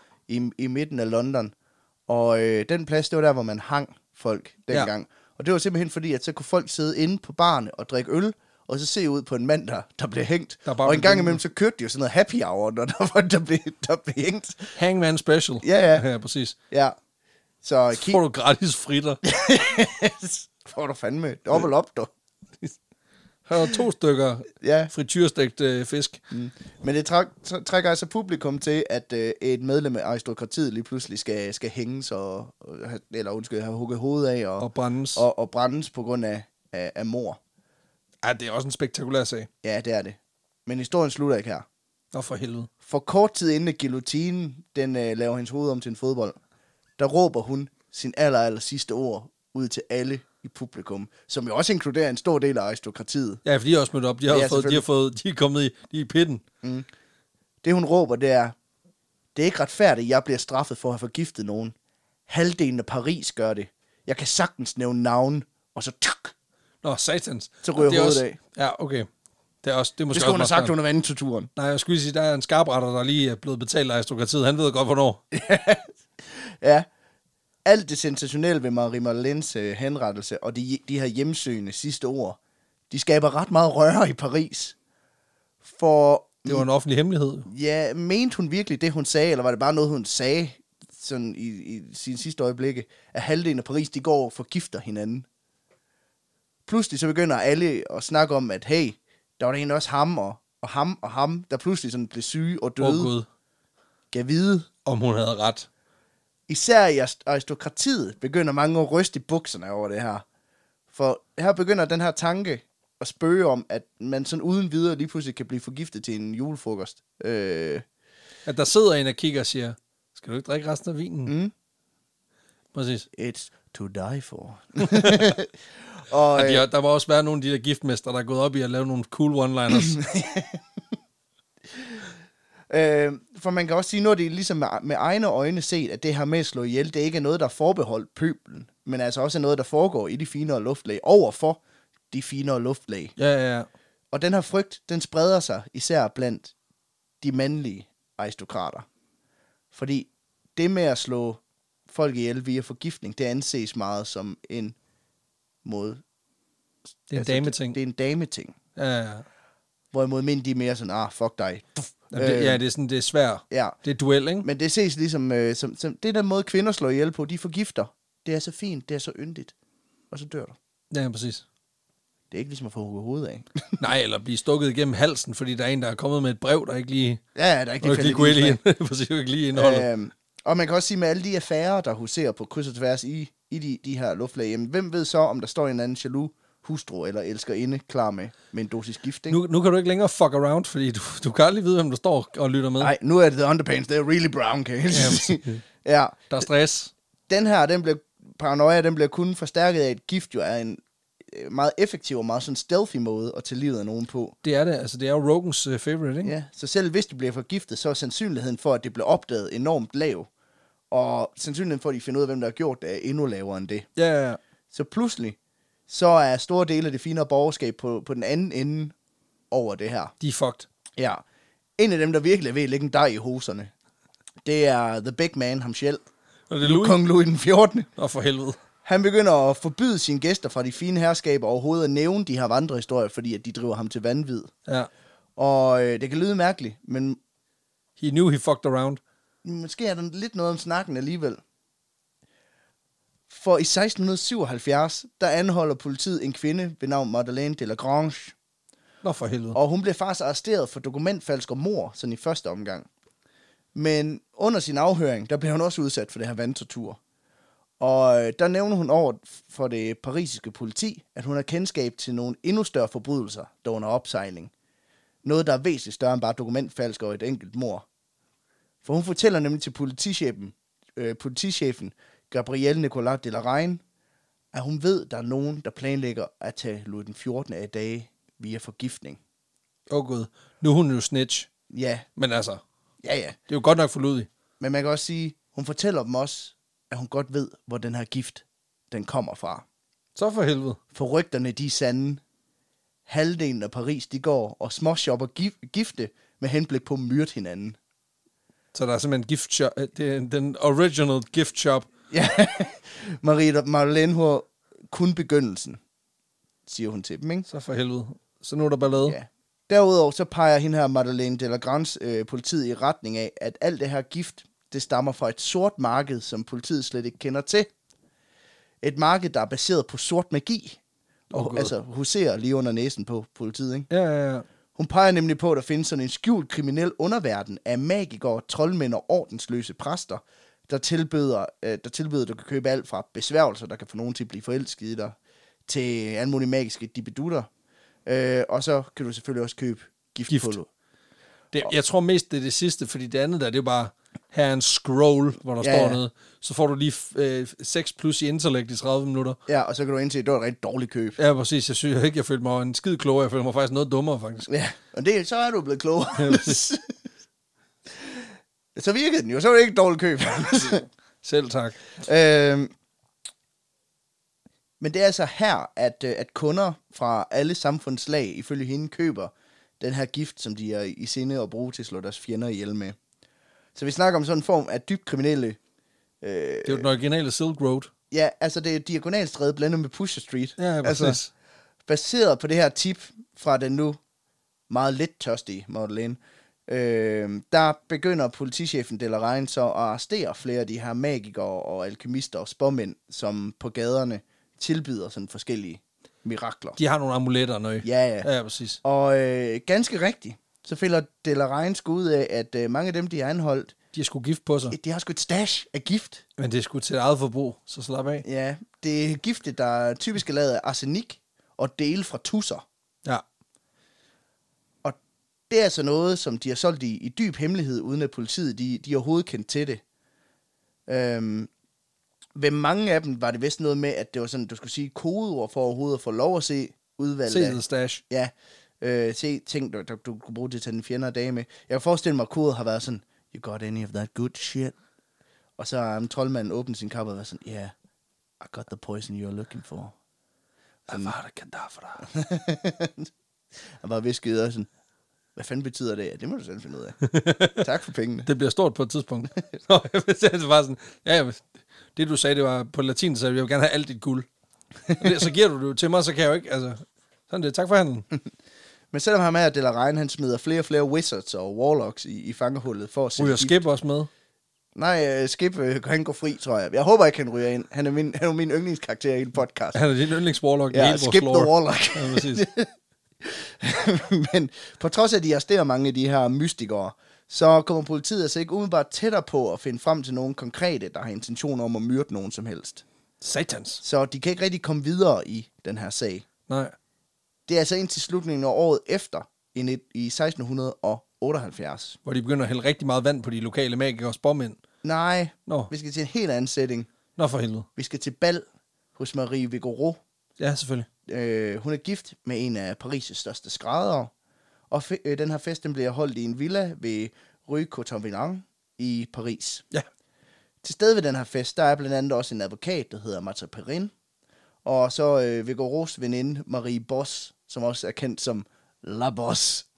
i midten af London. Og den plads, det var der, hvor man hang folk dengang. Og det var simpelthen fordi, at så kunne folk sidde inde på barne og drikke øl, og så se ud på en mand, der blev hængt. Og en gang imellem, så kørte de jo sådan noget happy hour, når der blev hængt. Hangman special. Ja, præcis. Ja. Så får du gratis fritter. Får du fandme dobbelt op, du. Her er 2 stykker frityrestegt fisk. Men det trækker altså publikum til, at et medlem af aristokratiet lige pludselig skal hænges, have hugget hovedet af og brændes på grund af mord. Ja, det er også en spektakulær sag. Ja, det er det. Men historien slutter ikke her. Nå, for helvede. For kort tid inden guillotinen, den laver hendes hoved om til en fodbold, der råber hun sin aller sidste ord ud til alle i publikum, som jo også inkluderer en stor del af aristokratiet. Ja, for de har også mødt op. De er kommet i pitten. Det hun råber, det er ikke retfærdigt, at jeg bliver straffet for at have forgiftet nogen. Halvdelen af Paris gør det. Jeg kan sagtens nævne navn, og så Nå, satans. Så ryger hovedet af. Ja, okay. Det skulle hun have sagt under vandtorturen. Nej, jeg skulle sige, der er en skarpretter, der lige er blevet betalt af aristokratiet. Han ved godt, hvornår. Ja. Alt det sensationelle ved Marie-Madeleines henrettelse og de her hjemsøgende sidste ord, de skaber ret meget røre i Paris. For... Det var en offentlig hemmelighed. Ja, mente hun virkelig det, hun sagde, eller var det bare noget, hun sagde sådan i sine sidste øjeblikke, at halvdelen af Paris, de går og forgifter hinanden. Pludselig så begynder alle at snakke om, at hey, der var der egentlig også ham og ham, der pludselig sådan blev syge og døde. Gud. Gav vide. Om hun havde ret. Især i aristokratiet begynder mange at ryste i bukserne over det her. For her begynder den her tanke at spøge om, at man sådan uden videre lige pludselig kan blive forgiftet til en julefrokost. At der sidder en og kigger og siger, skal du ikke drikke resten af vinen? Mm. Præcis. It's to die for. Og der var også været nogle af de der giftmester, der er gået op i at lave nogle cool one-liners. For man kan også sige, noget det er ligesom med egne øjne set, at det her med at slå ihjel, det ikke er noget, der er forbeholdt pøblen, men altså også er noget, der foregår i de finere luftlag, overfor de finere luftlag. Ja. Og den her frygt, den spreder sig især blandt de mandlige aristokrater. Fordi det med at slå folk ihjel via forgiftning, det anses meget som en måde... Det er en dameting. Det er en dameting. Ja. Hvorimod mænd, de er mere sådan, fuck dig. Det er sådan, det er svært. Ja. Det er duel, ikke? Men det ses ligesom, som det er den måde, kvinder slår ihjel på. De forgifter. Det er så fint, det er så yndigt. Og så dør du. Ja, præcis. Det er ikke ligesom at få hugget hovedet af. Nej, eller blive stukket igennem halsen, fordi der er en, der er kommet med et brev, der ikke lige... Ja, der er ikke lige præcis, ikke lige indholdet. Og man kan også sige, med alle de affærer, der huserer på kryds og tværs i de her luftlag, jamen, hvem ved så, om der står en anden jaloux hustru eller elskerinde klar med en dosis gift, ikke? Nu kan du ikke længere fuck around, fordi du kan aldrig vide, hvem der står og lytter med. Nej, nu er det the underpants, det er really brown, kan jeg sige. Ja. Der er stress. Den her, paranoia, den bliver kun forstærket af, at gift jo er en meget effektiv og meget sådan stealthy måde at tage livet af nogen på. Det er det, altså det er jo Rogans favorite, ikke? Ja, så selv hvis de bliver forgiftet, så er sandsynligheden for, at det bliver opdaget enormt lav. Og sandsynligheden for, at de finder ud af, hvem der har gjort det, er endnu lavere end det. Ja. Så pludselig, så er store dele af det finere borgerskab på den anden ende over det her. De er fucked. Ja. En af dem, der virkelig er ved at lægge en dej i hoserne, det er The Big Man, ham selv. Og det er Louis? Kong Louis den 14. Og for helvede. Han begynder at forbyde sine gæster fra de fine herskaber overhovedet at nævne de her vandrehistorier, fordi at de driver ham til vanvid. Ja. Og det kan lyde mærkeligt, men... He knew he fucked around. Måske er der lidt noget om snakken alligevel. For i 1677, der anholder politiet en kvinde ved navn Madeleine de la Grange. Nå for helvede. Og hun blev faktisk arresteret for dokumentfalsk og mord, sådan i første omgang. Men under sin afhøring, der blev hun også udsat for det her vandtortur. Og der nævner hun over for det parisiske politi, at hun har kendskab til nogle endnu større forbrydelser, der under opsejling. Noget, der er væsentligt større end bare dokumentfalsk og et enkelt mord. For hun fortæller nemlig til politichefen Gabrielle Nicolas de la Reine, at hun ved, der er nogen, der planlægger at tage Louis den 14. af dage via forgiftning. Gud. Nu er hun jo snitch. Ja. Men altså, Ja. det er jo godt nok for Ludvig. Men man kan også sige, hun fortæller dem også, at hun godt ved, hvor den her gift, den kommer fra. Så for helvede. For rygterne, de er sande. Halvdelen af Paris, de går og småshopper gifte med henblik på at myrde hinanden. Så der er simpelthen gift shop. Det er den original gift shop. Ja, Madeleine har kun begyndelsen, siger hun til dem, ikke? Så for helvede. Så nu er der ballade. Ja. Derudover så peger hende her Madeleine de la Grange politiet i retning af, at alt det her gift, det stammer fra et sort marked, som politiet slet ikke kender til. Et marked, der er baseret på sort magi. Og altså huserer lige under næsen på politiet, ikke? Ja. Hun peger nemlig på, at der findes sådan en skjult kriminel underverden af magikere, troldmænd og ordensløse præster, der tilbyder, at du kan købe alt fra besværgelser, der kan få nogen til at blive forelsket i dig, til alle mulige magiske dibedutter. Og så kan du selvfølgelig også købe gift. Jeg tror mest, det er det sidste, fordi det andet der, det er jo bare, her er en scroll, hvor der står noget. Så får du lige 6 plus i intellekt i 30 minutter. Ja, og så kan du indse, at det var et rigtig dårligt køb. Ja, præcis. Jeg synes ikke, jeg følte mig en skid klogere. Jeg følte mig faktisk noget dummere, faktisk. Ja, og så er du blevet klogere. Så virkede den jo. Så var det ikke et dårligt køb. Selv tak. Men det er altså her, at kunder fra alle samfundslag ifølge hende køber den her gift, som de er i sinde at bruge til at slå deres fjender ihjel med. Så vi snakker om sådan en form af dybt kriminelle Det er jo den originale Silk Road. Ja, altså det er diagonalstræde blandet med Pusher Street. Ja, præcis. Altså, baseret på det her tip fra den nu meget lidt tørstige Madeleine, der begynder politichefen Delarein så at arrestere flere af de her magikere og alkymister og spåmænd, som på gaderne tilbyder sådan forskellige mirakler. De har nogle amuletter og noget. Ja, præcis. Og ganske rigtigt, så finder Delarein sgu ud af, at mange af dem, de er anholdt, de har sgu gift på sig. De har sgu et stash af gift. Men det er sgu til eget forbrug, så slap af. Ja, det er gifte, der typisk er lavet af arsenik og dele fra tusser. Ja. Og det er altså noget, som de har solgt i dyb hemmelighed, uden at politiet de overhovedet kendt til det. Ved mange af dem var det vist noget med, at det var sådan, du skulle sige kodeord for overhovedet at få lov at se udvalget. Se the stash. Ja, se ting, du kunne bruge til at tage den fjender af dage med. Jeg kan forestille mig, at kodet har været sådan, you got any of that good shit? Og så har troldmanden åbnet sin kappe og været sådan, yeah, I got the poison you're looking for. Avada Kedavra. Han bare viskede og sådan, hvad fanden betyder det? Ja, det må du selv finde ud af. Tak for pengene. Det bliver stort på et tidspunkt. Så det var sådan, ja, det du sagde, det var på latin, så jeg vil gerne have alt dit guld. Så giver du det til mig, så kan jeg jo ikke, altså, sådan det. Tak for handlen. Men selvom ham her, Delarein, han smider flere og flere wizards og warlocks i fangehullet for at se. Ryger Skip også med? Nej, Skip, han går fri, tror jeg. Jeg håber ikke, han ryger ind. Han er min yndlingskarakter i en podcast. Han er din yndlingswarlock i hele vores Skip lore. the Warlock. Ja, præcis. Men på trods af, at de arresterer mange af de her mystikere, så kommer politiet altså ikke umiddelbart tættere på at finde frem til nogen konkrete, der har intention om at myrde nogen som helst. Satans. Så de kan ikke rigtig komme videre i den her sag. Nej. Det er altså indtil slutningen af året efter, i 1678. Hvor de begynder at hælde rigtig meget vand på de lokale magikere og spåmænd. Nej, vi skal til en helt anden setting. Nå for helvede. Vi skal til bal hos Marie Vigoureux. Ja, selvfølgelig. Hun er gift med en af Paris' største skræddere, og den her fest den bliver holdt i en villa ved Rue Cotonvillon i Paris. Ja. Til stede ved den her fest, der er blandt andet også en advokat, der hedder Martha Perrin, og så Vigoureux' veninde Marie Boss, som også er kendt som La Boss.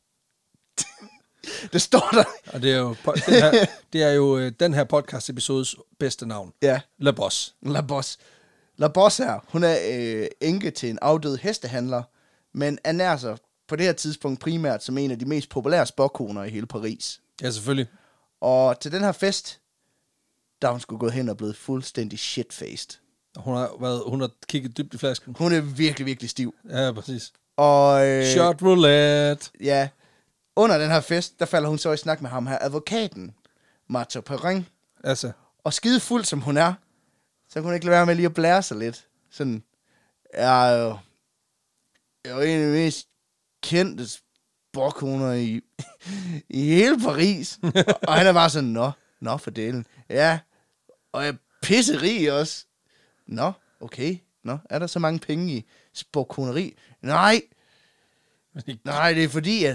Det står der. Og det er jo den her podcast episodes bedste navn. Ja. La Boss. La Boss. La Boss her, hun er enke til en afdød hestehandler, men ernærer sig på det her tidspunkt primært som en af de mest populære spåkoner i hele Paris. Ja, selvfølgelig. Og til den her fest, der hun skulle gået hen og blevet fuldstændig shitfaced. Hun har kigget dybt i flasken. Hun er virkelig, virkelig stiv. Ja, præcis. Og shot roulette. Ja. Under den her fest, der falder hun så i snak med ham her, advokaten, Martha Perrin. Altså. Og skide fuld som hun er, så kunne hun ikke lade være med lige at blære sig lidt. Sådan, jeg er jo en af de mest kendte spåkoner i hele Paris. Og han er bare sådan, nå for delen. Ja, og jeg er pisserig også. Nå, okay. Nå, er der så mange penge i spåkoneri? Nej, det er fordi,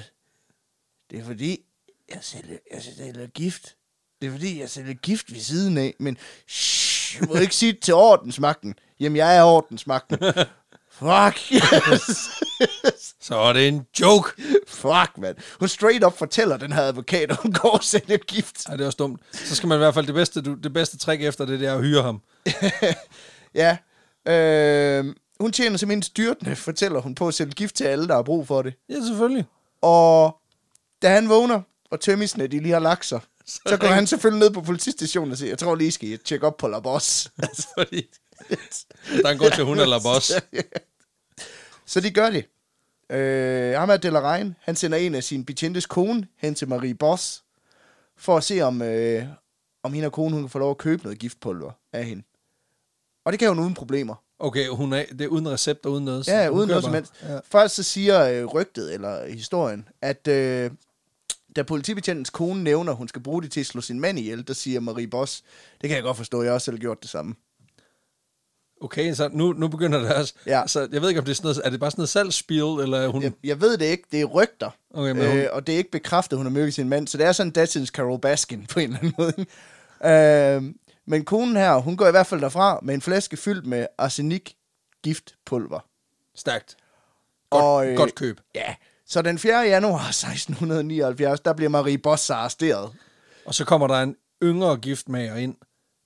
jeg sælger gift. Det er fordi, jeg sælger gift ved siden af. Men jeg må ikke sige det til ordensmagten. Jamen, jeg er ordensmagten. Fuck. Så er det en joke. Fuck, mand. Hun straight up fortæller den her advokat, at hun går og sælger gift. Ej, det er også dumt. Så skal man i hvert fald det bedste trick efter det, er at hyre ham. Ja. Hun tjener simpelthen styrtende, fortæller hun, på at sælge gift til alle, der har brug for det. Ja, selvfølgelig. Og da han vågner, og tømmisene, de lige har lagt sig, så går han selvfølgelig ned på politistationen og siger, jeg tror lige, skal I tjekke op på La Boss. Fordi der er en grund til, hun er La Boss. Så de gør det. Ham er Delarein, han sender en af sine betjentes kone hen til Marie Boss, for at se, om hende og konen hun kan få lov at købe noget giftpulver af hende. Og det kan hun uden problemer. Okay, det er uden recept og uden noget. Ja, uden noget som helst. Ja. Først så siger rygtet, eller historien, at da politibetjentens kone nævner, hun skal bruge det til at slå sin mand ihjel, der siger Marie Boss, det kan jeg godt forstå, jeg har også selv gjort det samme. Okay, så nu begynder det også. Ja. Så jeg ved ikke, om det er sådan noget, er det bare sådan noget salgsspil, eller hun... Jeg ved det ikke, det er rygter. Okay, men og det er ikke bekræftet, hun har myrdet sin mand, så det er sådan datidens Carole Baskin på en eller anden måde. Men konen her, hun går i hvert fald derfra med en flaske fyldt med arsenik giftpulver. Stærkt. Godt køb. Ja. Så den 4. januar 1679, der bliver Marie Boss arresteret. Og så kommer der en yngre giftmager ind,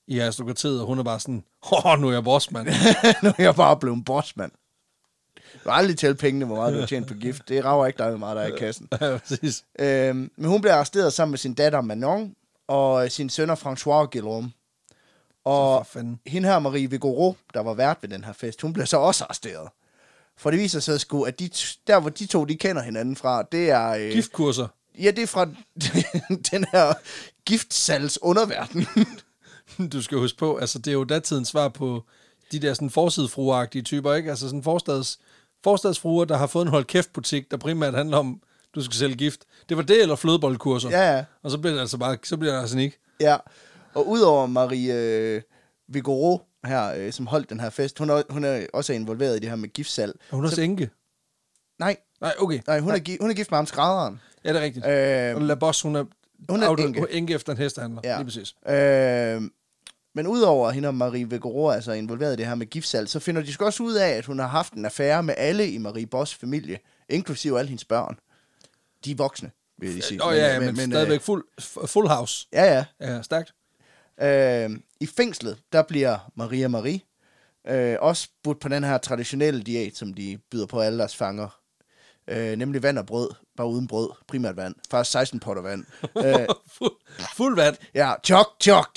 i aristokratiet, og hun er bare sådan, nu er jeg bossmand. Nu er jeg bare blevet bossmand. Du har aldrig tælle pengene, hvor meget du har tjent på gift. Det rager ikke dig meget, der er i kassen. Ja, præcis. Men hun bliver arresteret sammen med sin datter Manon, og sin sønner François Guillaume. Og hende her, Marie Vigoureau, der var vært ved den her fest, hun blev så også arresteret. For det viser sig sgu, at der hvor de to, de kender hinanden fra, det er... giftkurser. Ja, det er fra den her giftsalgs underverden. Du skal huske på, altså det er jo datidens svar på de der sådan forsidefruagtige typer, ikke? Altså sådan forstadsfruer, der har fået en hold kæft-butik, der primært handler om, du skal sælge gift. Det var det, eller flødeboldkurser. Ja. Og så bliver det altså bare, så bliver det arsenik. Ja, og udover Marie Vigoureau her, som holdt den her fest, hun er også involveret i det her med giftsalg. Og hun er også enke? Nej. Nej, okay. Nej, hun er gift med ham skrædderen. Ja, det er rigtigt. Og La Bosse, hun er enke efter en hestehandler. Ja. Lige præcis. Men udover hende og Marie Vigoureau altså involveret i det her med giftsalg, så finder de sgu også ud af, at hun har haft en affære med alle i Marie Boss' familie, inklusive alle hendes børn. De er voksne, vil jeg lige sige. Men stadigvæk full house. Ja. Ja, stærkt. I fængslet, der bliver Marie også budt på den her traditionelle diæt, som de byder på alle deres fanger. Nemlig vand og brød, bare uden brød, primært vand. Faktisk 16 potter vand. Fuld vand. Ja, chok.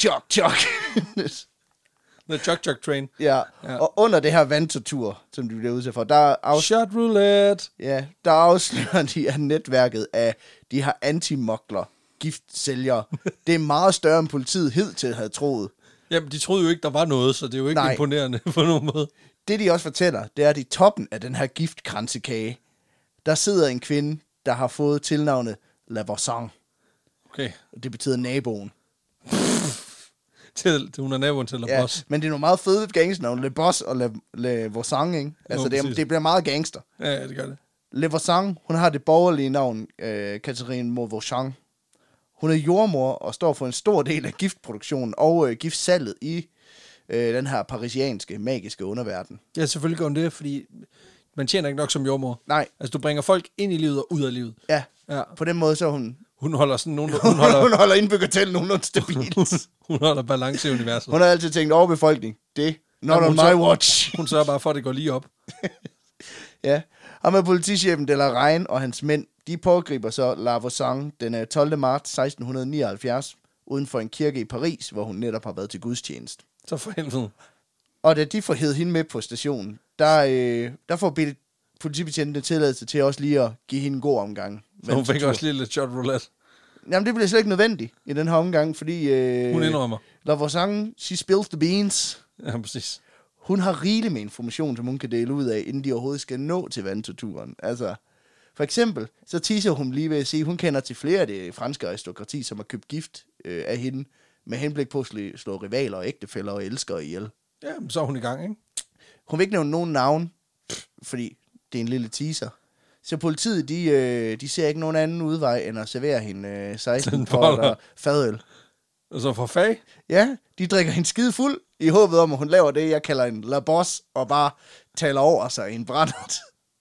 The chok train. Ja, og under det her vandtortur, som de bliver udsat for, shot roulette. Ja, der afslører de af netværket af de her antimokler, giftsælgere. Det er meget større, end politiet hidtil havde troet. Jamen, de troede jo ikke, der var noget, så det er jo ikke imponerende på nogen måde. Det, de også fortæller, det er, at i toppen af den her giftkransekage, der sidder en kvinde, der har fået tilnavnet La Voisin. Okay. Det betyder naboen. Hun er naboen til La Bosse. Men det er nogle meget fede gangsternavn. Le Bosse og Le Voisin, ikke? Altså, det bliver meget gangster. Ja, det gør det. Le Voisin, hun har det borgerlige navn, Catherine Mauvoisin. Hun er jordmor og står for en stor del af giftproduktionen og giftsalget i den her parisianske, magiske underverden. Ja, selvfølgelig gør hun det, fordi man tjener ikke nok som jordmor. Nej. Altså, du bringer folk ind i livet og ud af livet. Ja. På den måde så hun... Hun holder sådan nogen... Hun holder indbyggertæl nogenlunde stabilt. Hun holder balance i universet. Hun har altid tænkt overbefolkning. Det not on my watch. Hun sørger bare for, at det går lige op. Ja. Og med politichefen Delarein og hans mænd, de pågriber så La Voisin den 12. marts 1679 uden for en kirke i Paris, hvor hun netop har været til gudstjeneste. Så for helvede. Og da de får hævet hende med på stationen, der får politibetjentene tilladelse til også lige at give hende en god omgang. Så hun fik også lige lidt shot roulette. Jamen, det bliver slet ikke nødvendigt i den her omgang, fordi... hun indrømmer. La Voisin, she spilled the beans. Ja, præcis. Hun har rigeligt med information, som hun kan dele ud af, inden de overhovedet skal nå til vandtorturen. Altså, for eksempel, så teaser hun lige ved at sige, at hun kender til flere af det franske aristokrati, som har købt gift af hende, med henblik på at slå rivaler og ægtefæller og elskere ihjel. Ja, så er hun i gang, ikke? Hun vil ikke nævne nogen navn, fordi det er en lille teaser. Så politiet, de ser ikke nogen anden udvej, end at servere hende 16 potter fadøl. Og så for fag? Ja, de drikker hende skide fuld, i håbet om, at hun laver det, jeg kalder en La Bosse, og bare taler over sig i en brændert.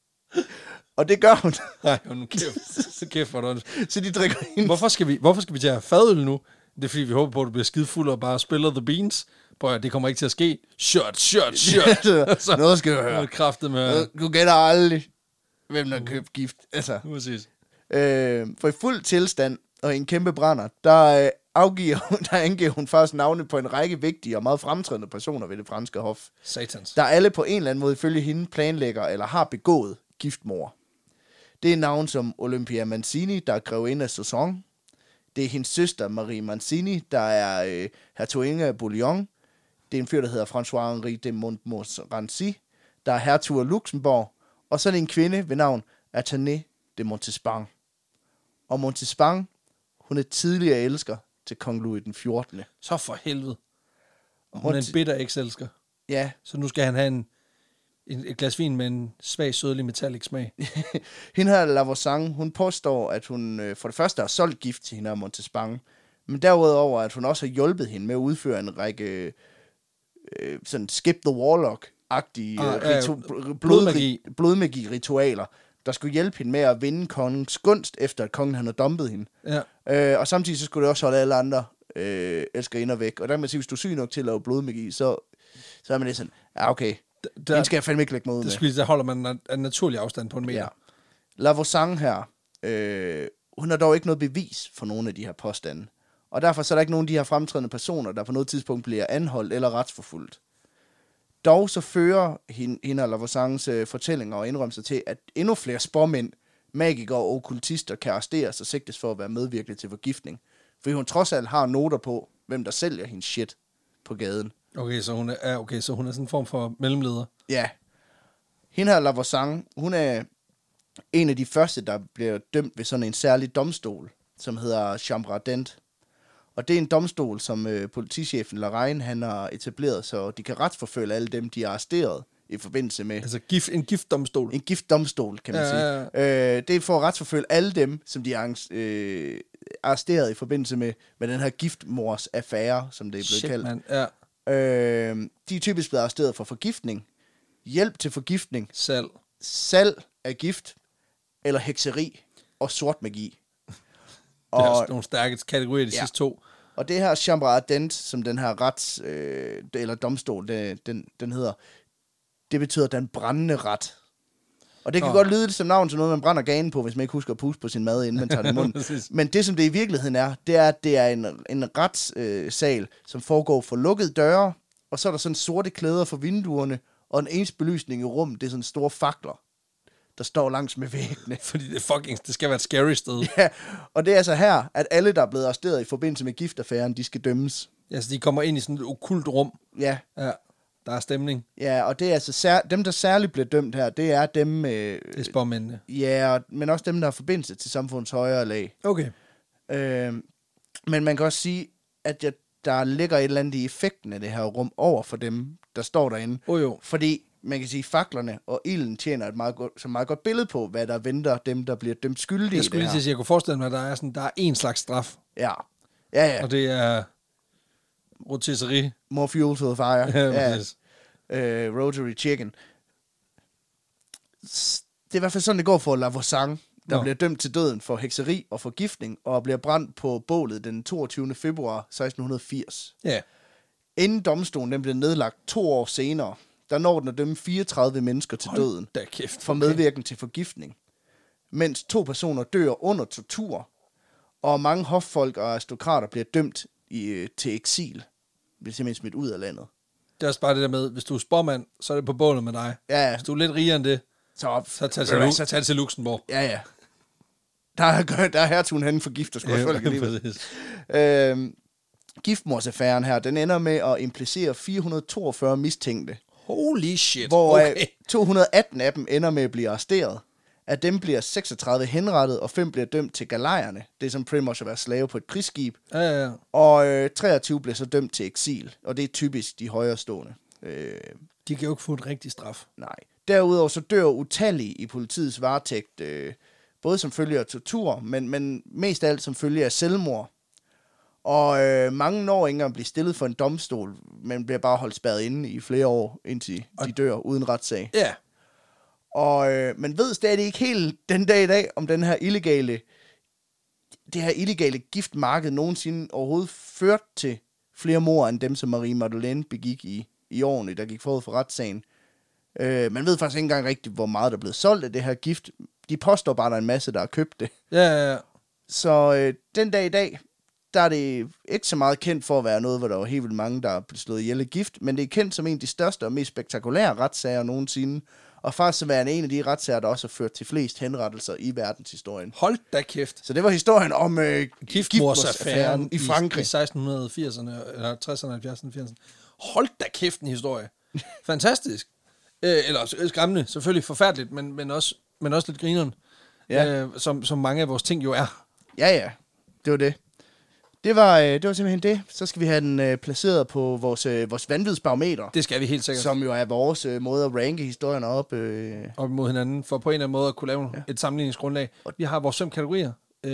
Og det gør hun. Nej, kæft for det. Så de drikker hende. Hvorfor skal vi tage fadøl nu? Det er fordi, vi håber på, at du bliver skide fuld og bare spiller the beans. Prøv at det kommer ikke til at ske. Shot. Så, noget skal du høre. Kraftet med... Du gætter aldrig, hvem der købt gift. Altså. Præcis. For i fuld tilstand og i en kæmpe brænder, der angiver hun først navne på en række vigtige og meget fremtrædende personer ved det franske hof. Satans. Der alle på en eller anden måde ifølge hende planlægger eller har begået giftmord. Det er navn som Olympia Mancini, der er grevinde af Soissons. Det er hendes søster Marie Mancini, der er hertuginde af Bouillon. Det er en fyr, der hedder François-Henri de Montmorency, der er hertug af Luxembourg. Og så er det en kvinde ved navn Athénée de Montespan. Og Montespan, hun er tidligere elsker til kong Louis den 14. Så for helvede. Hun er en bitter ekselsker. Ja. Så nu skal han have et glas vin med en svag, sødlig metallic smag. Hende her, La Voisin, hun påstår, at hun for det første har solgt gift til hende af Montespan, men derudover, at hun også har hjulpet hende med at udføre en række sådan Skip the Warlock-agtige blodmagi-ritualer, der skulle hjælpe hende med at vinde kongens gunst, efter at kongen han havde dumpet hende. Ja. Og samtidig så skulle det også holde alle andre elskerinder væk. Og der kan man sige, hvis du er syg nok til at lave blodmagi, så er man lidt sådan, ja okay, den skal jeg fandme ikke lægge mig ud med. Der holder man en naturlig afstand på en meter. Ja. Lavozang her, hun har dog ikke noget bevis for nogle af de her påstande. Og derfor så er der ikke nogen af de her fremtrædende personer, der på noget tidspunkt bliver anholdt eller retsforfulgt. Dog så fører hende og Lavozangs fortællinger og indrømmelser til, at endnu flere spåmænd, magikere og okkultister kan arresteres og sigtes for at være medvirkende til forgiftning. Fordi hun trods alt har noter på, hvem der sælger hendes shit på gaden. Okay, så hun er sådan en form for mellemleder. Ja. Hende her Lavozang, hun er en af de første, der bliver dømt ved sådan en særlig domstol, som hedder Chambre Ardente. Og det er en domstol, som politichefen Larrain, han har etableret, så de kan retsforfølge alle dem, de er arresteret i forbindelse med... Altså en giftdomstol? En giftdomstol, kan man sige. Det er for at retsforfølge alle dem, som de er arresteret i forbindelse med den her giftmors affære, som det er blevet kaldt. Man. Ja. De er typisk blevet arresteret for forgiftning, hjælp til forgiftning, salg af gift, eller hekseri og sort magi. Det er også nogle stærke kategorier, de sidste to. Og det her Chambre Ardente, som den her eller domstol, den hedder, det betyder den brændende ret. Og det kan godt lyde som navn til noget, man brænder ganen på, hvis man ikke husker at puste på sin mad, inden man tager det i munden. Men det, som det i virkeligheden er, det er en retssal, som foregår for lukkede døre, og så er der sådan sorte klæder for vinduerne, og en eneste belysning i rum, det er sådan store fakler, der står langs med væggene. Fordi det skal være et scary sted. Ja, og det er altså her, at alle, der er blevet arresteret i forbindelse med giftaffæren, de skal dømmes. Ja, så de kommer ind i sådan et okkult rum. Ja. Der er stemning. Ja, og det er altså dem, der særligt bliver dømt her, det er dem... det er spåmændene. Ja, men også dem, der har forbindelse til samfundets højere lag. Okay. Men man kan også sige, at der ligger et eller andet i effekten af det her rum over for dem, der står derinde. Jo. Fordi man kan sige, faklerne og ilden tjener et meget godt billede på, hvad der venter dem, der bliver dømt skyldige. Jeg skulle lige sige, jeg kunne forestille mig, at der er en slags straf. Ja. Og det er rotisserie. More fuel to the fire. Ja. Rotary chicken. Det er i hvert fald sådan, det går for Lavozang, der bliver dømt til døden for hekseri og forgiftning, og bliver brændt på bålet den 22. februar 1680. Ja. Inden domstolen den blev nedlagt 2 år senere, der når den at dømme 34 mennesker til døden for medvirken til forgiftning. Mens 2 personer dør under tortur, og mange hoffolk og aristokrater bliver dømt til eksil. Bliver simpelthen smidt ud af landet. Det er også bare det der med, hvis du er spormand, så er det på bålet med dig. Ja. Hvis du er lidt rigere end det, så tag til Luxembourg. Ja. Der er hertugen henne for gift og folk alligevel. Giftmorsaffæren her, den ender med at implicere 442 mistænkte. Holy shit. Hvor 218 af dem ender med at blive arresteret. Af dem bliver 36 henrettet, og 5 bliver dømt til galejerne. Det er som pretty much at være slave på et krigsskib. Ja. Og 23 bliver så dømt til eksil, og det er typisk de højerestående. De kan jo ikke få en rigtig straf. Nej. Derudover så dør utallige i politiets varetægt, både som følge af tortur, men mest af alt som følge af selvmord. Og mange når ikke engang bliver stillet for en domstol, men bliver bare holdt spærret inde i flere år, indtil de dør uden retssag. Ja. Og man ved stadig ikke helt den dag i dag, om det her illegale giftmarked nogensinde overhovedet førte til flere mord end dem, som Marie Madeleine begik i årene, der gik forud for retssagen. Man ved faktisk ikke engang rigtigt, hvor meget der er blevet solgt af det her gift. De påstår bare, at der er en masse, der har købt det. Ja. Så den dag i dag, der er det ikke så meget kendt for at være noget, hvor der var helt vildt mange, der er blevet slået ihjel af gift, men det er kendt som en af de største og mest spektakulære retssager nogensinde, og faktisk så være en af de retssager, der også har ført til flest henrettelser i verdenshistorien. Hold da kæft. Så det var historien om giftmorsaffæren i Frankrig. I 1680'erne, eller 60'erne, 70'erne, 80'erne. Hold da kæft en historie. Fantastisk. Eller skræmmende, selvfølgelig forfærdeligt, men også lidt grineren. Ja. Som mange af vores ting jo er. Ja. Det var det. Det var simpelthen det. Så skal vi have den placeret på vores vanvidsbarometer. Det skal vi helt sikkert. Som jo er vores måde at ranke historierne op. Op mod hinanden, for på en eller anden måde at kunne lave et sammenligningsgrundlag. Vi har vores 5 kategorier.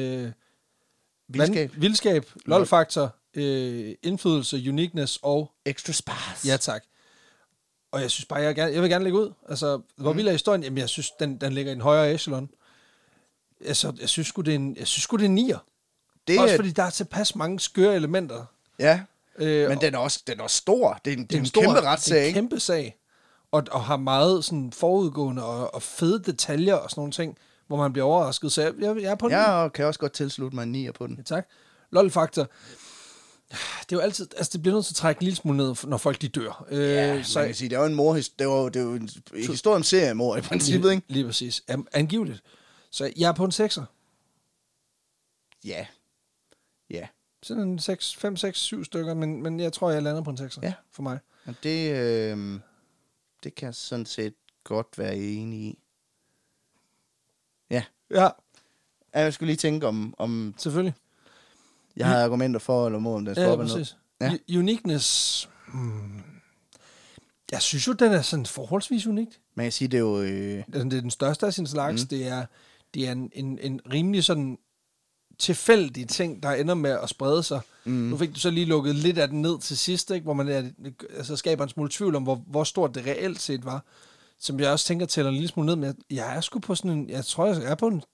Vildskab, lol-faktor, indflydelse, uniqueness og... Extra sparse. Ja, tak. Og jeg synes bare, jeg vil gerne lægge ud. Altså, hvor vild er historien? Jamen, jeg synes, den ligger i en højere echelon. Altså, jeg synes sgu, det er en 9'er. Også fordi der er tilpas mange skøre elementer. Ja, men den er også stor. Det er en kæmpe retssag, det er en kæmpe sag. Og har meget sådan forudgående og fede detaljer og sådan nogle ting, hvor man bliver overrasket. Så jeg er på den. Ja, og kan også godt tilslutte mig en 9'er på den. Ja, tak. LOL-faktor. Det er jo altid, altså det bliver nødt til at trække en lille smule ned, når folk de dør. Så man kan sige, det er jo en mor, det er jo en historie om seriemor i princippet, ikke? Lige præcis. Angiveligt. Så jeg er på en 6'er. Ja. Ja. Sådan en 5, 6, 7 stykker, men jeg tror, jeg lander på en 6'er for mig. Og det kan jeg sådan set godt være enig i. Ja. Ja. Jeg skulle lige tænke om selvfølgelig. Jeg har argumenter for eller mod, om den skal op eller noget. Ja. Uniqueness. Jeg synes jo, den er sådan forholdsvis unikt. Man kan sige, det er jo... Det er den største af sin slags. Det er en rimelig sådan tilfældig ting, der ender med at sprede sig. Nu fik du så lige lukket lidt af den ned til sidst, ikke? Hvor man skaber en smule tvivl om, hvor stort det reelt set var. Som jeg også tænker tæller en lille smule ned, men jeg er sgu på sådan en... Jeg tror, jeg er på en...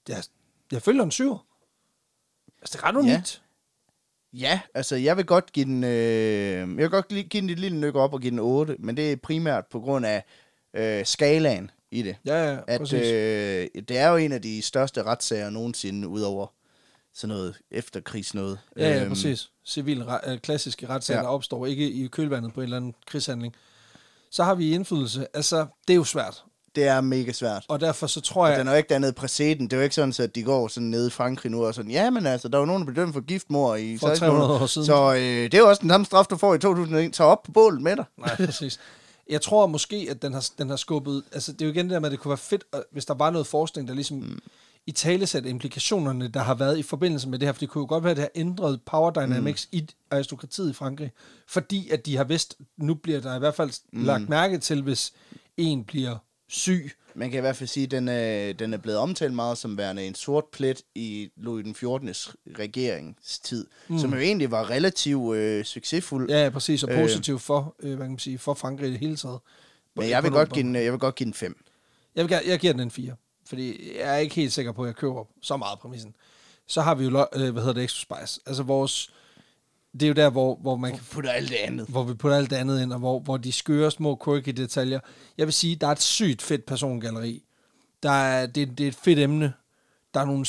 Jeg følger en 7. Altså, det er ret unikt. Ja, altså, jeg vil godt give den... jeg vil godt give den et lille nykke op og give den 8, men det er primært på grund af skalaen i det. Ja, præcis. Det er jo en af de største retssager nogensinde, udover sådan noget efterkrigs noget. Ja, præcis. Klassiske retssager, der opstår ikke i kølvandet på en eller anden krigshandling. Så har vi indflydelse. Altså, det er jo svært. Det er mega svært. Og derfor så tror jeg... Og den er jo ikke dernede præceden. Det er jo ikke sådan, at de går sådan nede i Frankrig nu og sådan, ja, men altså, der er jo nogen, der blev dømt for giftmord i... For 300 år siden. Så det er jo også den samme straf, du får i 2001. Tag op på bålet med dig. Nej, præcis. Jeg tror måske, at den har skubbet... Altså, det er jo igen det der med, at det kunne være fedt, hvis der var noget forskning, der ligesom i talesæt implikationerne, der har været i forbindelse med det her. For det kunne jo godt være, at det har ændret power dynamics i aristokratiet i Frankrig. Fordi at de har vidst, nu bliver der i hvert fald lagt mærke til, hvis en bliver syg. Man kan i hvert fald sige, at den er blevet omtalt meget som værende en sort plet i Louis den 14. regeringstid, som jo egentlig var relativt succesfuld. Ja, præcis, og positiv for, hvad kan man sige, for Frankrig i det hele taget. Men jeg vil godt give den 5. Jeg giver den en 4, fordi jeg er ikke helt sikker på, at jeg køber så meget præmissen. Så har vi jo, Extra Spice. Altså det er jo der, hvor man kan putte alt det andet. Hvor vi putter alt det andet ind, og hvor de skøre små quirky detaljer. Jeg vil sige, der er et sygt fedt persongalleri. Det er et fedt emne. Der er nogle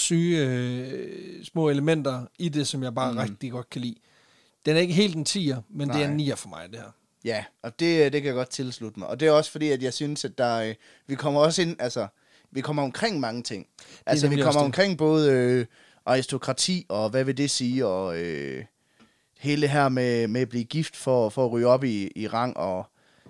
syge små elementer i det, som jeg bare rigtig godt kan lide. Den er ikke helt en 10'er, men det er en 9'er for mig, det her. Ja, og det kan jeg godt tilslutte mig. Og det er også fordi, at jeg synes, at vi kommer også ind, altså, vi kommer omkring mange ting. Altså, vi kommer omkring både aristokrati, og hvad vil det sige, og hele her med at blive gift for at ryge op i rang, og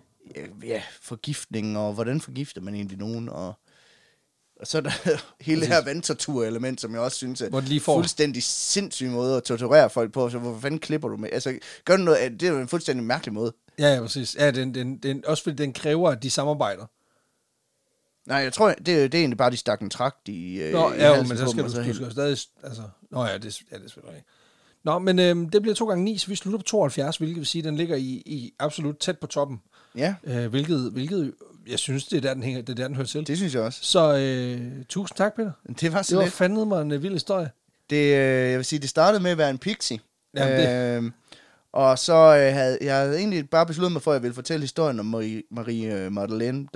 forgiftning, og hvordan forgifter man egentlig nogen, og så er der hele det her vandtortur-element, som jeg også synes er fuldstændig sindssyg måde at torturere folk på, så hvorfor fanden klipper du med? Altså, gør du noget, det er jo en fuldstændig mærkelig måde. Ja, præcis. Ja, den, også fordi den kræver, at de samarbejder. Nej, jeg tror, det er egentlig bare, de stak en trakt i men så skal du skal stadig... Altså, det er selvfølgelig ikke. Nå, men det bliver 2 gange 9, så vi slutter på 72, hvilket vil sige, at den ligger i absolut tæt på toppen. Ja. Hvilket jeg synes, det er der, den hænger, det er der, den hører til. Det synes jeg også. Så tusind tak, Peter. Det var fandme mig en vild historie. Jeg vil sige, det startede med at være en pixie. Jamen, og så havde jeg egentlig bare besluttet mig for, at jeg ville fortælle historien om Marie Madeleine,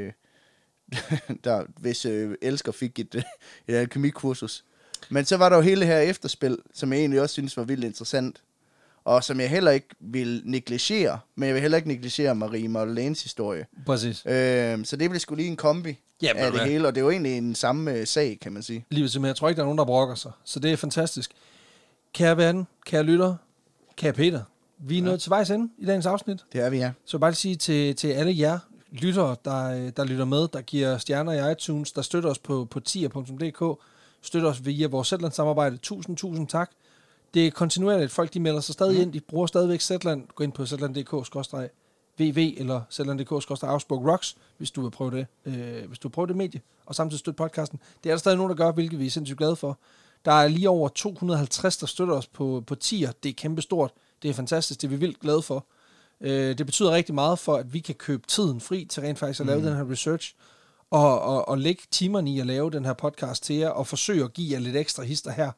der hvis elsker fik et alkemikursus. Men så var der jo hele her efterspil, som jeg egentlig også synes var vildt interessant. Og som jeg heller ikke vil negligere, men jeg vil heller ikke negligere Marie Madeleines historie. Præcis. Så det blev sgu lige en kombi af det hele, og det er jo egentlig en samme sag, kan man sige. Lige ved, jeg tror ikke, der er nogen, der brokker sig. Så det er fantastisk. Kære ven, kære lytter, kære Peter, vi er nået til vejs ende i dagens afsnit. Det er vi, ja. Så bare sige til alle jer lyttere, der lytter med, der giver stjerner i iTunes, der støtter os på tier.dk, støtter os via vores Zetland-samarbejde. Tusind tak. Det er kontinuerligt. Folk, de melder sig stadig ind. De bruger stadigvæk Zetland. Gå ind på zetland.dk/vv eller zetland.dk/Augsburg hvis du vil prøve det. Hvis du vil prøve det medie, og samtidig støtte podcasten. Det er der stadig nogen, der gør, hvilket vi er sindssygt glade for. Der er lige over 250, der støtter os på tier. Det er kæmpestort. Det er fantastisk. Det er vi vildt glade for. Det betyder rigtig meget for, at vi kan købe tiden fri til rent faktisk at lave den her research, og lægge timerne i at lave den her podcast til jer, og forsøge at give jer lidt ekstra hister her,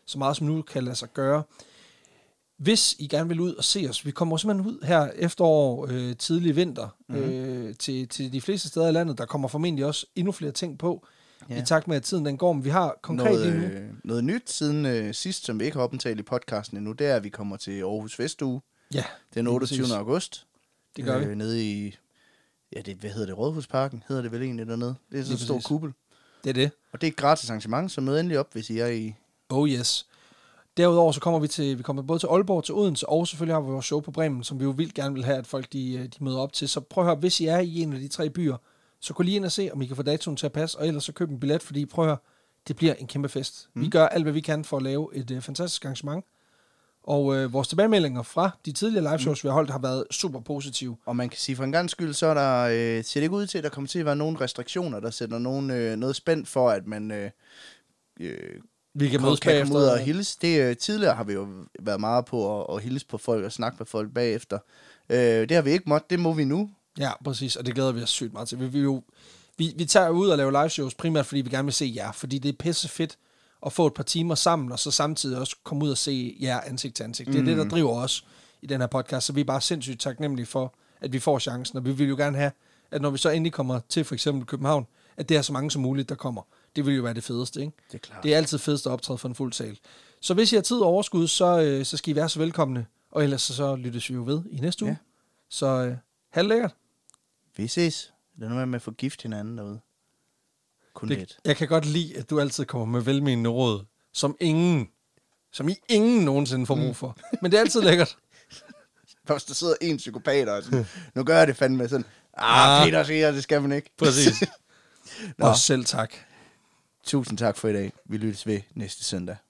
så meget som nu kan lade sig gøre. Hvis I gerne vil ud og se os, vi kommer simpelthen ud her efterår, tidlig vinter, til de fleste steder i landet. Der kommer formentlig også endnu flere ting på, i takt med, at tiden den går. Men vi har konkret noget nyt siden sidst, som vi ikke har optaget i podcasten endnu, det er, at vi kommer til Aarhus Festuge den 28. august. Det gør vi. Nede i, hvad hedder det, Rådhusparken, hedder det vel egentlig dernede. Det er sådan en stor kuppel. Det er det. Og det er et gratis arrangement, så mød endelig op, hvis I er i... Oh yes. Derudover så kommer vi kommer både til Aalborg, til Odense, og selvfølgelig har vi vores show på Bremen, som vi jo vildt gerne vil have, at folk de møder op til. Så prøv at høre, hvis I er i en af de 3 byer, så gå lige ind og se, om I kan få datoen til at passe, og ellers så køb en billet, fordi prøv at høre, det bliver en kæmpe fest. Vi gør alt, hvad vi kan for at lave et fantastisk arrangement. Og vores tilbagemeldinger fra de tidligere liveshows, vi har holdt, har været super positive. Og man kan sige, for en gang skyld, så er der, ser det ikke ud til, at der kommer til at være nogle restriktioner, der sætter noget spændt for, at man... vi kan mødes bagefter. Ud og hilse. Tidligere har vi jo været meget på at hilse på folk og snakke med folk bagefter. Det har vi ikke måttet, det må vi nu. Ja, præcis, og det glæder vi os sygt meget til. Vi tager ud og laver liveshows primært, fordi vi gerne vil se jer, fordi det er pisse fedt at få et par timer sammen, og så samtidig også komme ud og se jer ansigt til ansigt. Det er det, der driver os i den her podcast, så vi er bare sindssygt taknemmelige for, at vi får chancen, og vi vil jo gerne have, at når vi så endelig kommer til for eksempel København, at det er så mange som muligt, der kommer. Det vil jo være det fedeste, ikke? Det er klart. Det er altid fedest at optræde for en fuld sal. Så hvis I har tid og overskud, så skal I være så velkomne, og ellers så lyttes vi jo ved i næste uge. Så ha' det lækkert. Vi ses. Det er noget med at få gift hinanden derude. Kun lidt. Jeg kan godt lide, at du altid kommer med velmenende råd, som I ingen nogensinde får brug for. Men det er altid lækkert. Hvis der sidder en psykopat og sådan, nu gør jeg det fandme sådan, Peter siger, det skal man ikke. Præcis. Og selv tak. Tusind tak for i dag. Vi lyttes ved næste søndag.